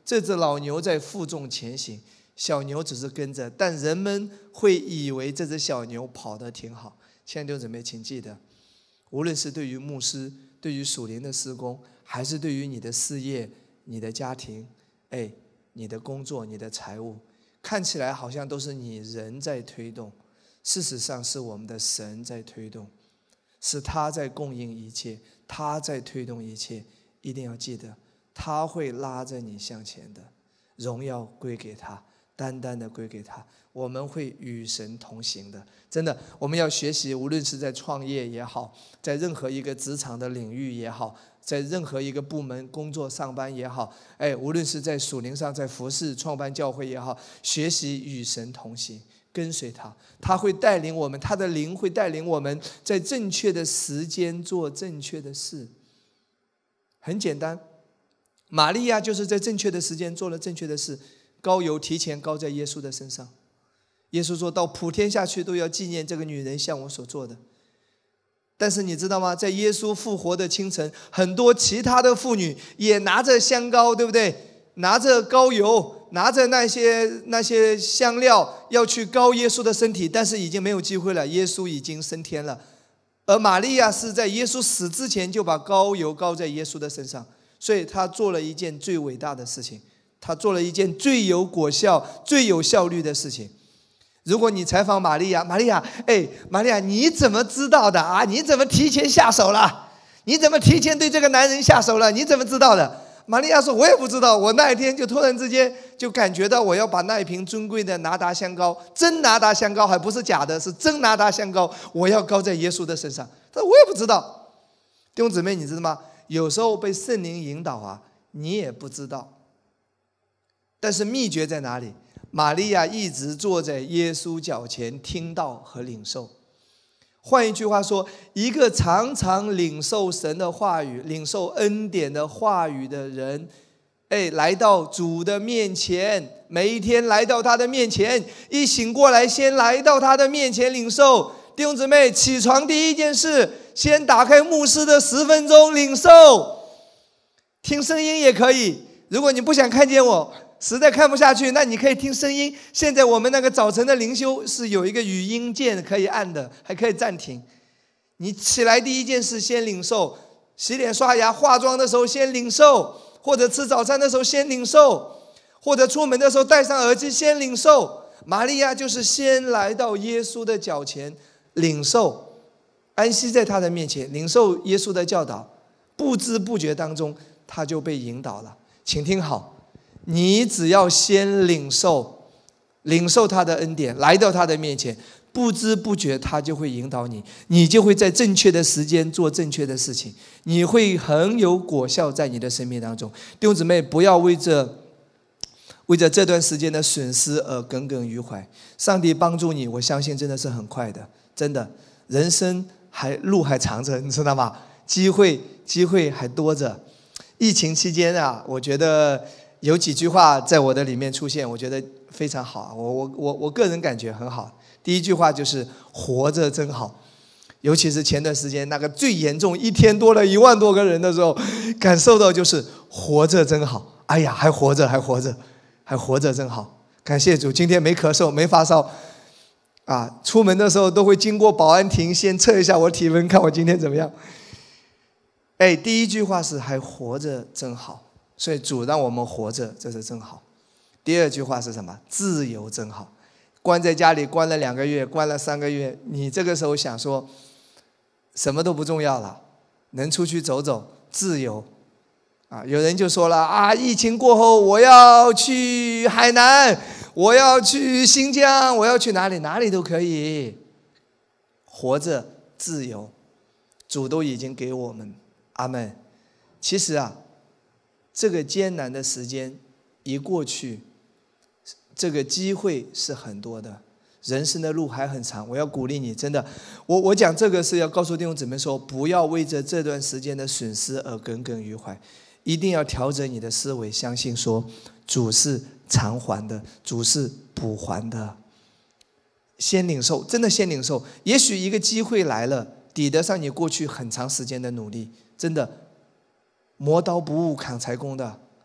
这只老牛在负重前行，小牛只是跟着，但人们会以为这只小牛跑得挺好。亲爱的弟兄姊妹，请记得，无论是对于牧师，对于属灵的事工，还是对于你的事业、你的家庭，你的工作、你的财务，看起来好像都是你人在推动，事实上是我们的神在推动，是他在供应一切，他在推动一切。一定要记得，他会拉着你向前的，荣耀归给他，单单的归给他。我们会与神同行的，真的，我们要学习，无论是在创业也好，在任何一个职场的领域也好，在任何一个部门工作上班也好，无论是在属灵上，在服事创办教会也好，学习与神同行，跟随他，他会带领我们，他的灵会带领我们在正确的时间做正确的事。很简单，玛利亚就是在正确的时间做了正确的事，膏油提前膏在耶稣的身上。耶稣说，到普天下去都要纪念这个女人向我所做的。但是你知道吗？在耶稣复活的清晨，很多其他的妇女也拿着香膏，对不对？拿着膏油，拿着那些香料要去膏耶稣的身体，但是已经没有机会了，耶稣已经升天了。而玛利亚是在耶稣死之前就把膏油膏在耶稣的身上，所以她做了一件最伟大的事情，她做了一件最有果效、最有效率的事情。如果你采访玛利亚，玛利亚，你怎么知道的啊？你怎么提前下手了？你怎么提前对这个男人下手了？你怎么知道的？玛利亚说，我也不知道，我那一天就突然之间就感觉到我要把那一瓶尊贵的拿达香膏，真拿达香膏，还不是假的，是真拿达香膏，我要膏在耶稣的身上。他说我也不知道。弟兄姊妹，你知道吗？有时候被圣灵引导啊，你也不知道。但是秘诀在哪里？玛利亚一直坐在耶稣脚前听道和领受。换一句话说，一个常常领受神的话语、领受恩典的话语的人，来到主的面前，每一天来到他的面前，一醒过来先来到他的面前领受。弟兄姊妹，起床第一件事，先打开牧师的10分钟领受，听声音也可以。如果你不想看见我，实在看不下去，那你可以听声音。现在我们那个早晨的灵修是有一个语音键可以按的，还可以暂停。你起来第一件事先领受，洗脸刷牙化妆的时候先领受，或者吃早餐的时候先领受，或者出门的时候戴上耳机先领受。玛利亚就是先来到耶稣的脚前领受，安息在他的面前领受耶稣的教导，不知不觉当中他就被引导了。请听好，你只要先领受他的恩典，来到他的面前，不知不觉他就会引导你，你就会在正确的时间做正确的事情，你会很有果效在你的生命当中。弟兄姊妹，不要为着这段时间的损失而耿耿于怀。上帝帮助你，我相信真的是很快的，真的，人生路还长着，你知道吗？机会还多着。疫情期间啊，我觉得有几句话在我的里面出现，我觉得非常好，我个人感觉很好。第一句话就是活着真好，尤其是前段时间那个最严重，一天多了1万多个人的时候，感受到就是活着真好。哎呀，还活着真好，感谢主，今天没咳嗽没发烧啊，出门的时候都会经过保安亭先测一下我体温，看我今天怎么样。第一句话是还活着真好，所以主让我们活着，这是真好。第二句话是什么？自由真好。关在家里关了2个月，关了3个月，你这个时候想说什么都不重要了，能出去走走，自由啊！有人就说了啊，疫情过后我要去海南，我要去新疆，我要去哪里都可以，活着自由，主都已经给我们。阿们。其实啊，这个艰难的时间一过去，这个机会是很多的，人生的路还很长。我要鼓励你，真的，我讲这个是要告诉弟兄姊妹说，不要为着这段时间的损失而耿耿于怀，一定要调整你的思维，相信说主是偿还的，主是补还的。先领受，真的先领受，也许一个机会来了，抵得上你过去很长时间的努力。真的，磨刀不误砍柴工的，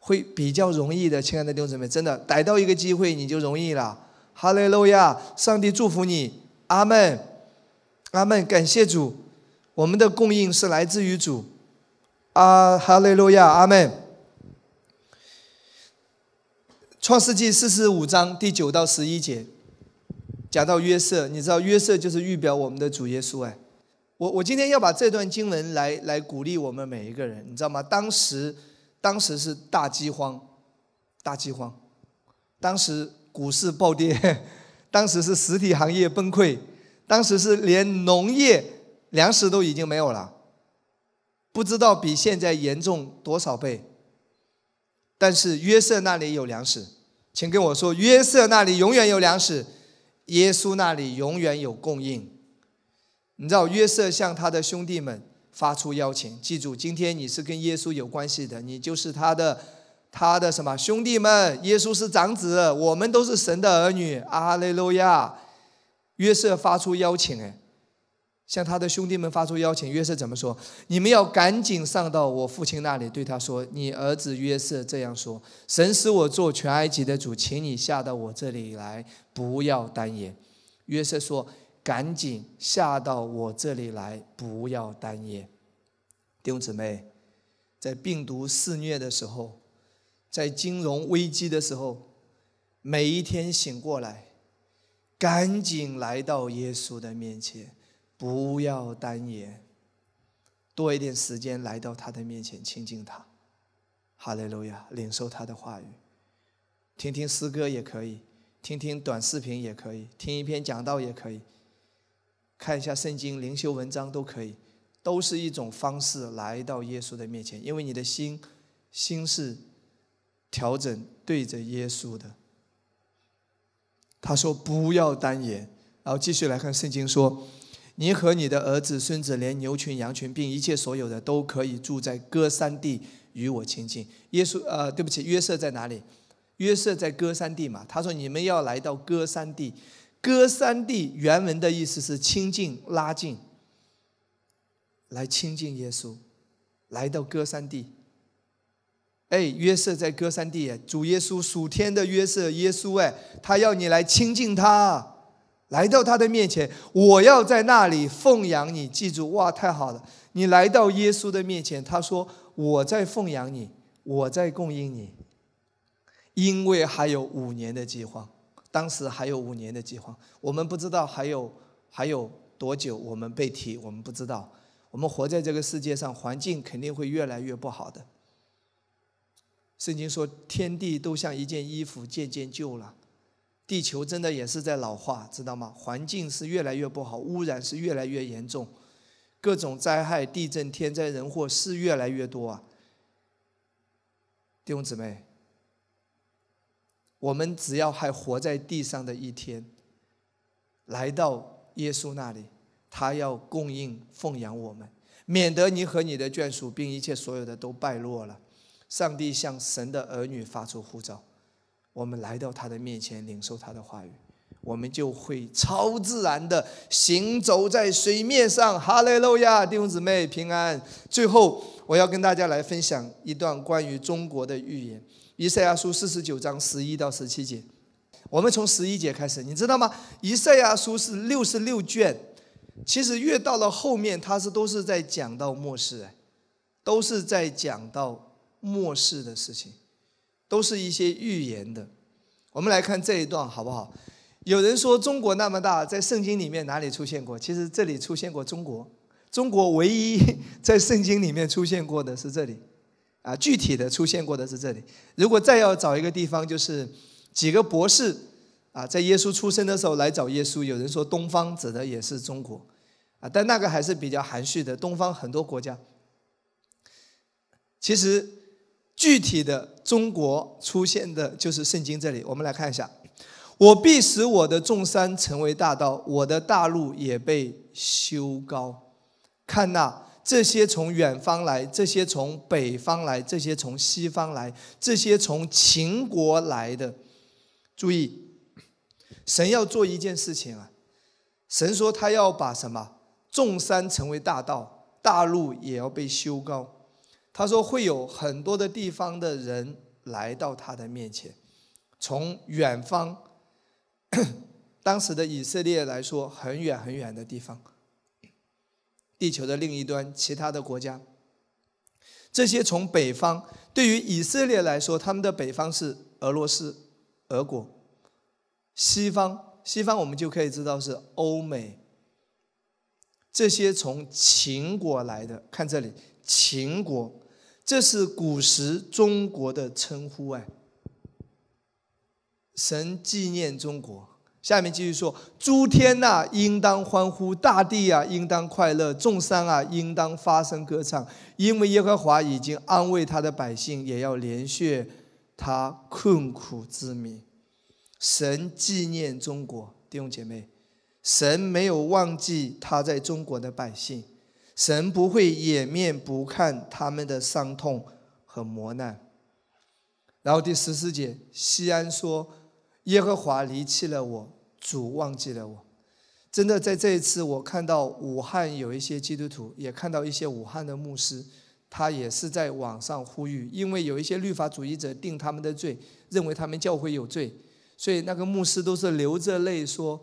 会比较容易的，亲爱的弟兄姊妹，真的逮到一个机会你就容易了。哈利路亚！上帝祝福你，阿们，阿们，感谢主，我们的供应是来自于主，哈利路亚，阿们。创世纪45章第9到11节，讲到约瑟，你知道约瑟就是预表我们的主耶稣哎。我今天要把这段经文来鼓励我们每一个人，你知道吗？当时是大饥荒，当时股市暴跌，当时是实体行业崩溃，当时是连农业粮食都已经没有了，不知道比现在严重多少倍。但是约瑟那里有粮食，请跟我说，约瑟那里永远有粮食，耶稣那里永远有供应。你知道约瑟向他的兄弟们发出邀请，记住，今天你是跟耶稣有关系的，你就是他的什么兄弟们？耶稣是长子，我们都是神的儿女，哈利路亚！约瑟发出邀请，向他的兄弟们发出邀请。约瑟怎么说？你们要赶紧上到我父亲那里，对他说：“你儿子约瑟这样说，神使我做全埃及的主，请你下到我这里来，不要单言。”约瑟说：“赶紧下到我这里来，不要单言。”弟兄姊妹，在病毒肆虐的时候，在金融危机的时候，每一天醒过来，赶紧来到耶稣的面前，不要单言，多一点时间来到他的面前亲近他。哈利路亚，领受他的话语，听听诗歌也可以，听听短视频也可以，听一篇讲道也可以，看一下圣经灵修文章都可以，都是一种方式来到耶稣的面前，因为你的心是调整对着耶稣的。他说不要单言，然后继续来看圣经说，你和你的儿子孙子连牛群羊群并一切所有的都可以住在歌珊地与我亲近。约瑟在哪里？约瑟在歌珊地嘛。他说你们要来到歌珊地。歌珊地原文的意思是亲近拉近，来亲近耶稣，来到歌珊地。约瑟在歌珊地，主耶稣属天的约瑟耶稣，他要你来亲近他，来到他的面前，我要在那里奉养你。记住，哇，太好了，你来到耶稣的面前，他说我在奉养你，我在供应你，因为还有5年的饥荒。当时还有5年的饥荒，我们不知道还有多久我们被提，我们不知道。我们活在这个世界上，环境肯定会越来越不好的。圣经说天地都像一件衣服渐渐旧了，地球真的也是在老化，知道吗？环境是越来越不好，污染是越来越严重，各种灾害地震天灾人祸是越来越多啊。弟兄姊妹，我们只要还活在地上的一天，来到耶稣那里，他要供应奉养我们，免得你和你的眷属并一切所有的都败落了。上帝向神的儿女发出呼召，我们来到他的面前领受他的话语，我们就会超自然的行走在水面上。哈利路亚，弟兄姊妹平安。最后我要跟大家来分享一段关于中国的预言，以赛亚书49章11到17节。我们从11节开始，你知道吗？以赛亚书是66卷，其实越到了后面它都是在讲到末世，都是在讲到末世的事情，都是一些预言的。我们来看这一段好不好？有人说中国那么大，在圣经里面哪里出现过？其实这里出现过中国，中国唯一在圣经里面出现过的是这里，具体的出现过的是这里。如果再要找一个地方，就是几个博士在耶稣出生的时候来找耶稣，有人说东方指的也是中国，但那个还是比较含蓄的，东方很多国家。其实具体的中国出现的就是圣经这里，我们来看一下。我必使我的众山成为大道，我的大路也被修高。看哪，这些从远方来，这些从北方来，这些从西方来，这些从秦国来的。注意，神要做一件事情神说他要把什么？众山成为大道，大路也要被修高。他说会有很多的地方的人来到他的面前。从远方，当时的以色列来说，很远很远的地方，地球的另一端，其他的国家，这些从北方，对于以色列来说，他们的北方是俄罗斯、俄国，西方我们就可以知道是欧美。这些从秦国来的，看这里，秦国，这是古时中国的称呼。神纪念中国。下面继续说，诸天啊，应当欢呼；大地啊，应当快乐；众山啊，应当发声歌唱，因为耶和华已经安慰他的百姓，也要怜恤他困苦之民。神纪念中国，弟兄姐妹，神没有忘记他在中国的百姓，神不会掩面不看他们的伤痛和磨难。然后第14节，西安说，耶和华离弃了我，主忘记了我。真的，在这一次我看到武汉有一些基督徒，也看到一些武汉的牧师，他也是在网上呼吁，因为有一些律法主义者定他们的罪，认为他们教会有罪，所以那个牧师都是流着泪说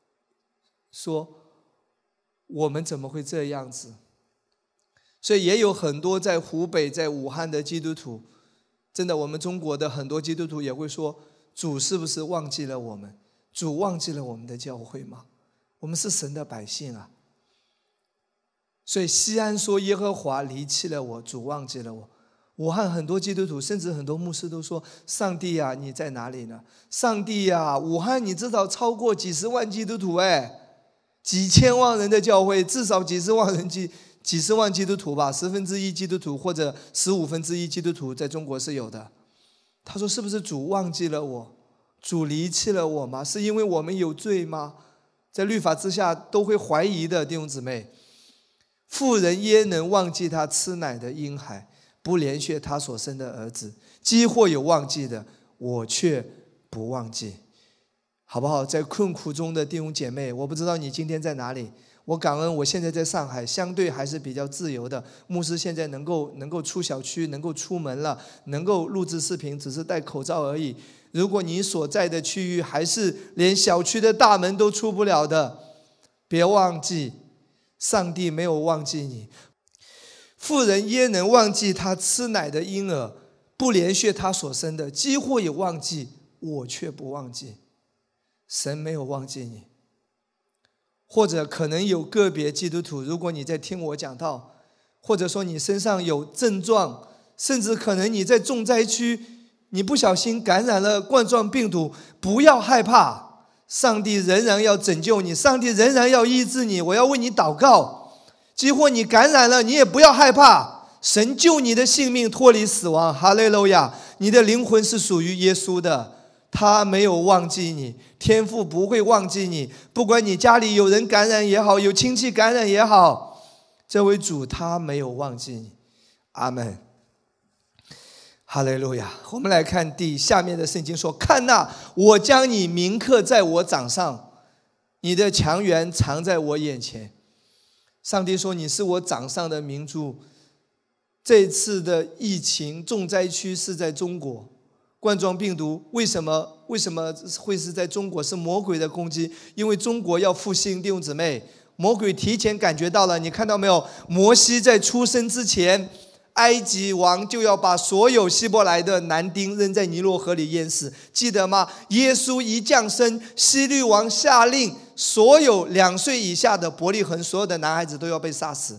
我们怎么会这样子。所以也有很多在湖北在武汉的基督徒，真的，我们中国的很多基督徒也会说，主是不是忘记了我们？主忘记了我们的教会吗？我们是神的百姓啊。所以西安说，耶和华离弃了我，主忘记了我。武汉很多基督徒，甚至很多牧师都说，上帝啊，你在哪里呢？上帝啊，武汉你至少超过几十万基督徒，几千万人的教会，至少几十万基督徒吧，1/10基督徒或者1/15基督徒在中国是有的。他说，是不是主忘记了我？主离弃了我吗？是因为我们有罪吗？在律法之下都会怀疑的，弟兄姊妹。妇人焉能忘记她吃奶的婴孩，不怜恤她所生的儿子？既或有忘记的，我却不忘记。好不好？在困苦中的弟兄姐妹，我不知道你今天在哪里。我感恩我现在在上海，相对还是比较自由的。牧师现在能够出小区，能够出门了，能够录制视频，只是戴口罩而已。如果你所在的区域还是连小区的大门都出不了的，别忘记，上帝没有忘记你。妇人焉能忘记她吃奶的婴儿，不怜恤她所生的？几乎也忘记，我却不忘记。神没有忘记你。或者可能有个别基督徒，如果你在听我讲道，或者说你身上有症状，甚至可能你在重灾区，你不小心感染了冠状病毒，不要害怕，上帝仍然要拯救你，上帝仍然要医治你，我要为你祷告。几乎你感染了，你也不要害怕，神救你的性命脱离死亡，哈利路亚！你的灵魂是属于耶稣的，他没有忘记你，天父不会忘记你。不管你家里有人感染也好，有亲戚感染也好，这位主他没有忘记你。阿们，哈利路亚！我们来看下面的圣经说，看哪，我将你铭刻在我掌上，你的强援藏在我眼前。上帝说，你是我掌上的明珠。这次的疫情重灾区是在中国，冠状病毒为什么会是在中国？是魔鬼的攻击，因为中国要复兴，弟兄姊妹，魔鬼提前感觉到了。你看到没有？摩西在出生之前，埃及王就要把所有希伯来的男丁扔在尼罗河里淹死，记得吗？耶稣一降生，希律王下令，所有2岁以下的伯利恒所有的男孩子都要被杀死。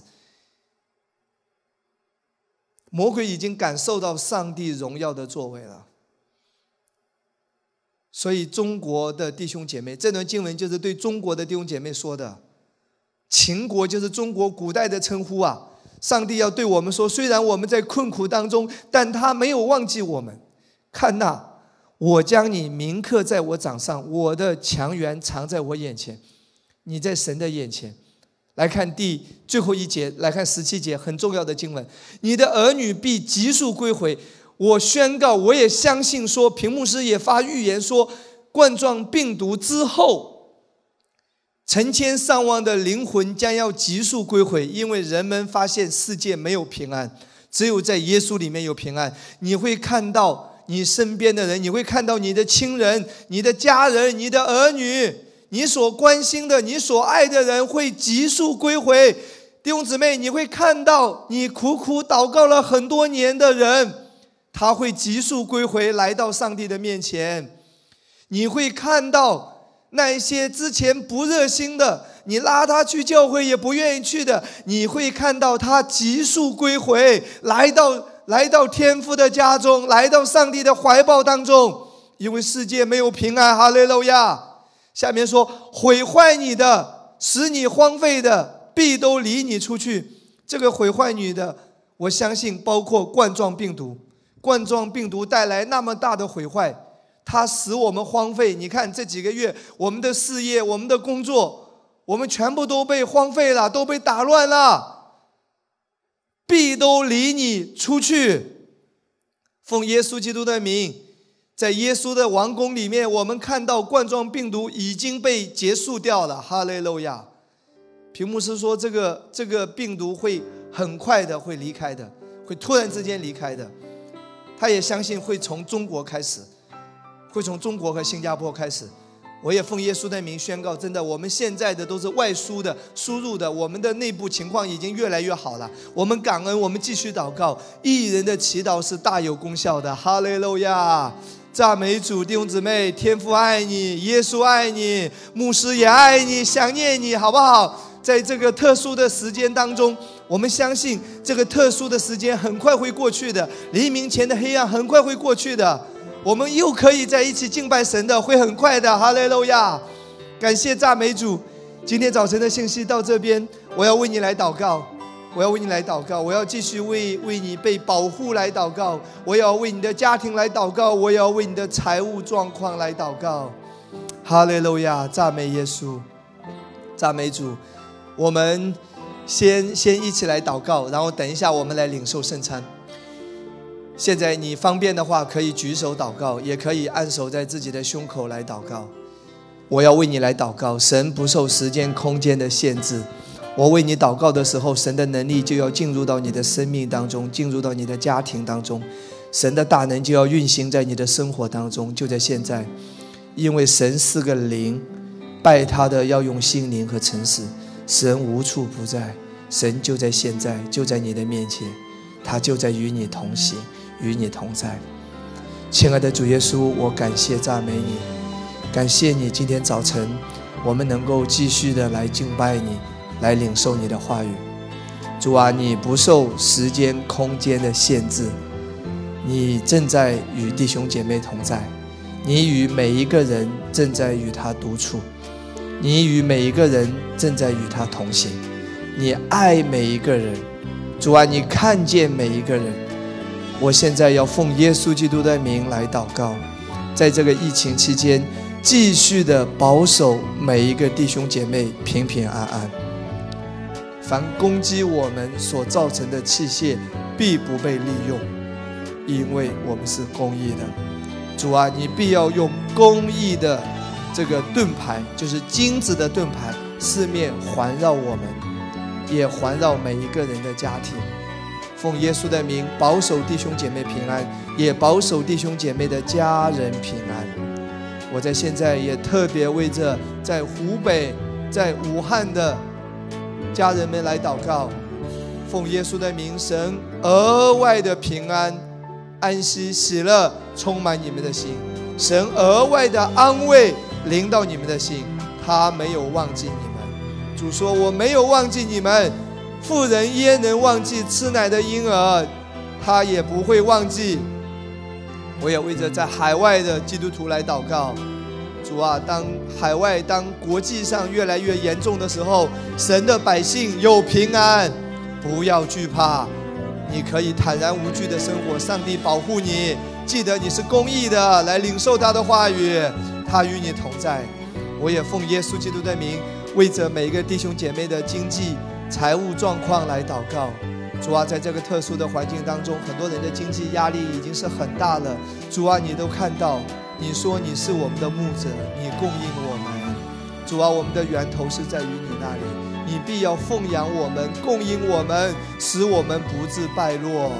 魔鬼已经感受到上帝荣耀的作为了。所以中国的弟兄姐妹，这段经文就是对中国的弟兄姐妹说的。秦国就是中国古代的称呼啊。上帝要对我们说，虽然我们在困苦当中，但他没有忘记我们。看哪，我将你铭刻在我掌上，我的强援藏在我眼前。你在神的眼前。来看最后一节，来看17节，很重要的经文。你的儿女必急速归回。我宣告，我也相信说，平牧师也发预言说，冠状病毒之后，成千上万的灵魂将要急速归回，因为人们发现世界没有平安，只有在耶稣里面有平安。你会看到你身边的人，你会看到你的亲人、你的家人、你的儿女，你所关心的、你所爱的人会急速归回。弟兄姊妹，你会看到你苦苦祷告了很多年的人，他会急速归回，来到上帝的面前。你会看到那一些之前不热心的，你拉他去教会也不愿意去的，你会看到他急速归回，来到天父的家中，来到上帝的怀抱当中。因为世界没有平安，哈利路亚。下面说，毁坏你的，使你荒废的，必都离你出去。这个毁坏你的，我相信包括冠状病毒。冠状病毒带来那么大的毁坏，它使我们荒废。你看这几个月，我们的事业、我们的工作，我们全部都被荒废了，都被打乱了，必都离你出去。奉耶稣基督的名，在耶稣的王宫里面，我们看到冠状病毒已经被结束掉了，哈利路亚。屏幕是说这个病毒会很快的会离开的，会突然之间离开的。他也相信会从中国开始，会从中国和新加坡开始。我也奉耶稣的名宣告，真的，我们现在的都是外输的、输入的，我们的内部情况已经越来越好了。我们感恩，我们继续祷告。义人的祈祷是大有功效的，哈利路亚！赞美主，弟兄姊妹，天父爱你，耶稣爱你，牧师也爱你，想念你，好不好？在这个特殊的时间当中，我们相信这个特殊的时间很快会过去的，黎明前的黑暗很快会过去的，我们又可以在一起敬拜神的，会很快的，哈利路亚！感谢赞美主。今天早晨的信息到这边，我要为你来祷告，我要继续为你被保护来祷告，我要为你的家庭来祷告，我要为你的财务状况来祷告。哈利路亚！赞美耶稣，赞美主。我们先一起来祷告，然后等一下我们来领受圣餐。现在你方便的话，可以举手祷告，也可以按手在自己的胸口来祷告。我要为你来祷告，神不受时间空间的限制。我为你祷告的时候，神的能力就要进入到你的生命当中，进入到你的家庭当中，神的大能就要运行在你的生活当中，就在现在。因为神是个灵，拜他的要用心灵和诚实。神无处不在，神就在现在，就在你的面前，他就在与你同行，与你同在。亲爱的主耶稣，我感谢赞美你，感谢你今天早晨我们能够继续的来敬拜你，来领受你的话语。主啊，你不受时间空间的限制，你正在与弟兄姐妹同在，你与每一个人正在与他独处，你与每一个人正在与他同行，你爱每一个人。主啊，你看见每一个人。我现在要奉耶稣基督的名来祷告，在这个疫情期间继续的保守每一个弟兄姐妹平平安安。凡攻击我们所造成的器械必不被利用，因为我们是公义的。主啊，你必要用公义的这个盾牌，就是金子的盾牌，四面环绕我们，也环绕每一个人的家庭。奉耶稣的名，保守弟兄姐妹平安，也保守弟兄姐妹的家人平安。我在现在也特别为着在湖北、在武汉的家人们来祷告。奉耶稣的名，神额外的平安、安息、喜乐充满你们的心，神额外的安慰临到你们的心，他没有忘记你们。主说，我没有忘记你们，妇人焉能忘记吃奶的婴儿，他也不会忘记。我也为着在海外的基督徒来祷告。主啊，当海外、当国际上越来越严重的时候，神的百姓有平安，不要惧怕，你可以坦然无惧的生活，上帝保护你。记得你是公义的，来领受他的话语，他与你同在。我也奉耶稣基督的名，为着每一个弟兄姐妹的经济财务状况来祷告。主啊，在这个特殊的环境当中，很多人的经济压力已经是很大了。主啊，你都看到，你说你是我们的牧者，你供应我们。主啊，我们的源头是在于你那里，你必要奉养我们，供应我们，使我们不致败落。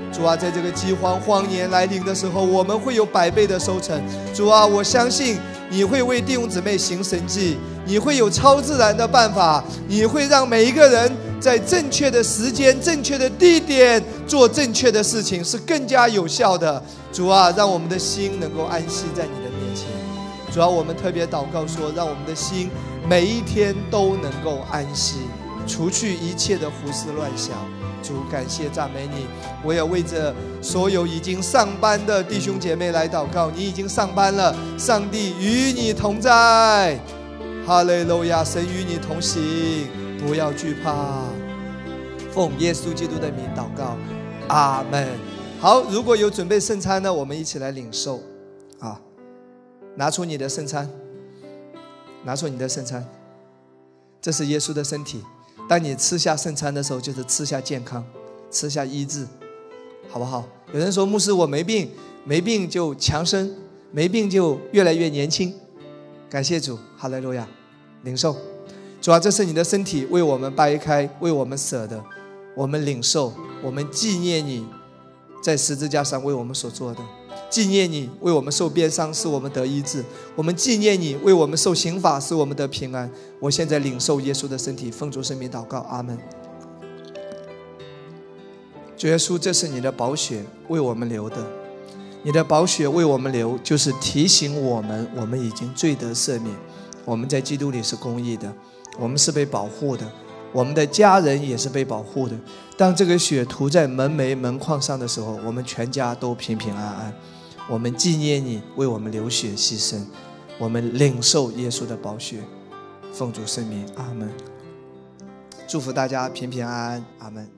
主啊，在这个饥荒荒年来临的时候，我们会有100倍的收成。主啊，我相信你会为弟兄姊妹行神迹，你会有超自然的办法，你会让每一个人在正确的时间、正确的地点做正确的事情，是更加有效的。主啊，让我们的心能够安息在你的面前。主啊，我们特别祷告说，让我们的心每一天都能够安息，除去一切的胡思乱想。主，感谢赞美你，我也为着所有已经上班的弟兄姐妹来祷告。你已经上班了，上帝与你同在，哈利路亚，神与你同行，不要惧怕。奉耶稣基督的名祷告，阿们。好，如果有准备圣餐呢，我们一起来领受啊！拿出你的圣餐，拿出你的圣餐，这是耶稣的身体。当你吃下圣餐的时候，就是吃下健康，吃下医治，好不好？有人说，牧师，我没病，没病就强身，没病就越来越年轻。感谢主，哈利路亚，领受。主啊，这是你的身体，为我们掰开，为我们舍的，我们领受，我们纪念你在十字架上为我们所做的，纪念你为我们受鞭伤，使我们得医治，我们纪念你为我们受刑罚，使我们得平安。我现在领受耶稣的身体，奉主圣名祷告，阿们。主耶稣，这是你的宝血为我们流的，你的宝血为我们流，就是提醒我们已经罪得赦免，我们在基督里是公义的，我们是被保护的，我们的家人也是被保护的。当这个血涂在门楣门框上的时候，我们全家都平平安安。我们纪念你为我们流血牺牲，我们领受耶稣的宝血，奉主圣名，阿们。祝福大家平平安安，阿们。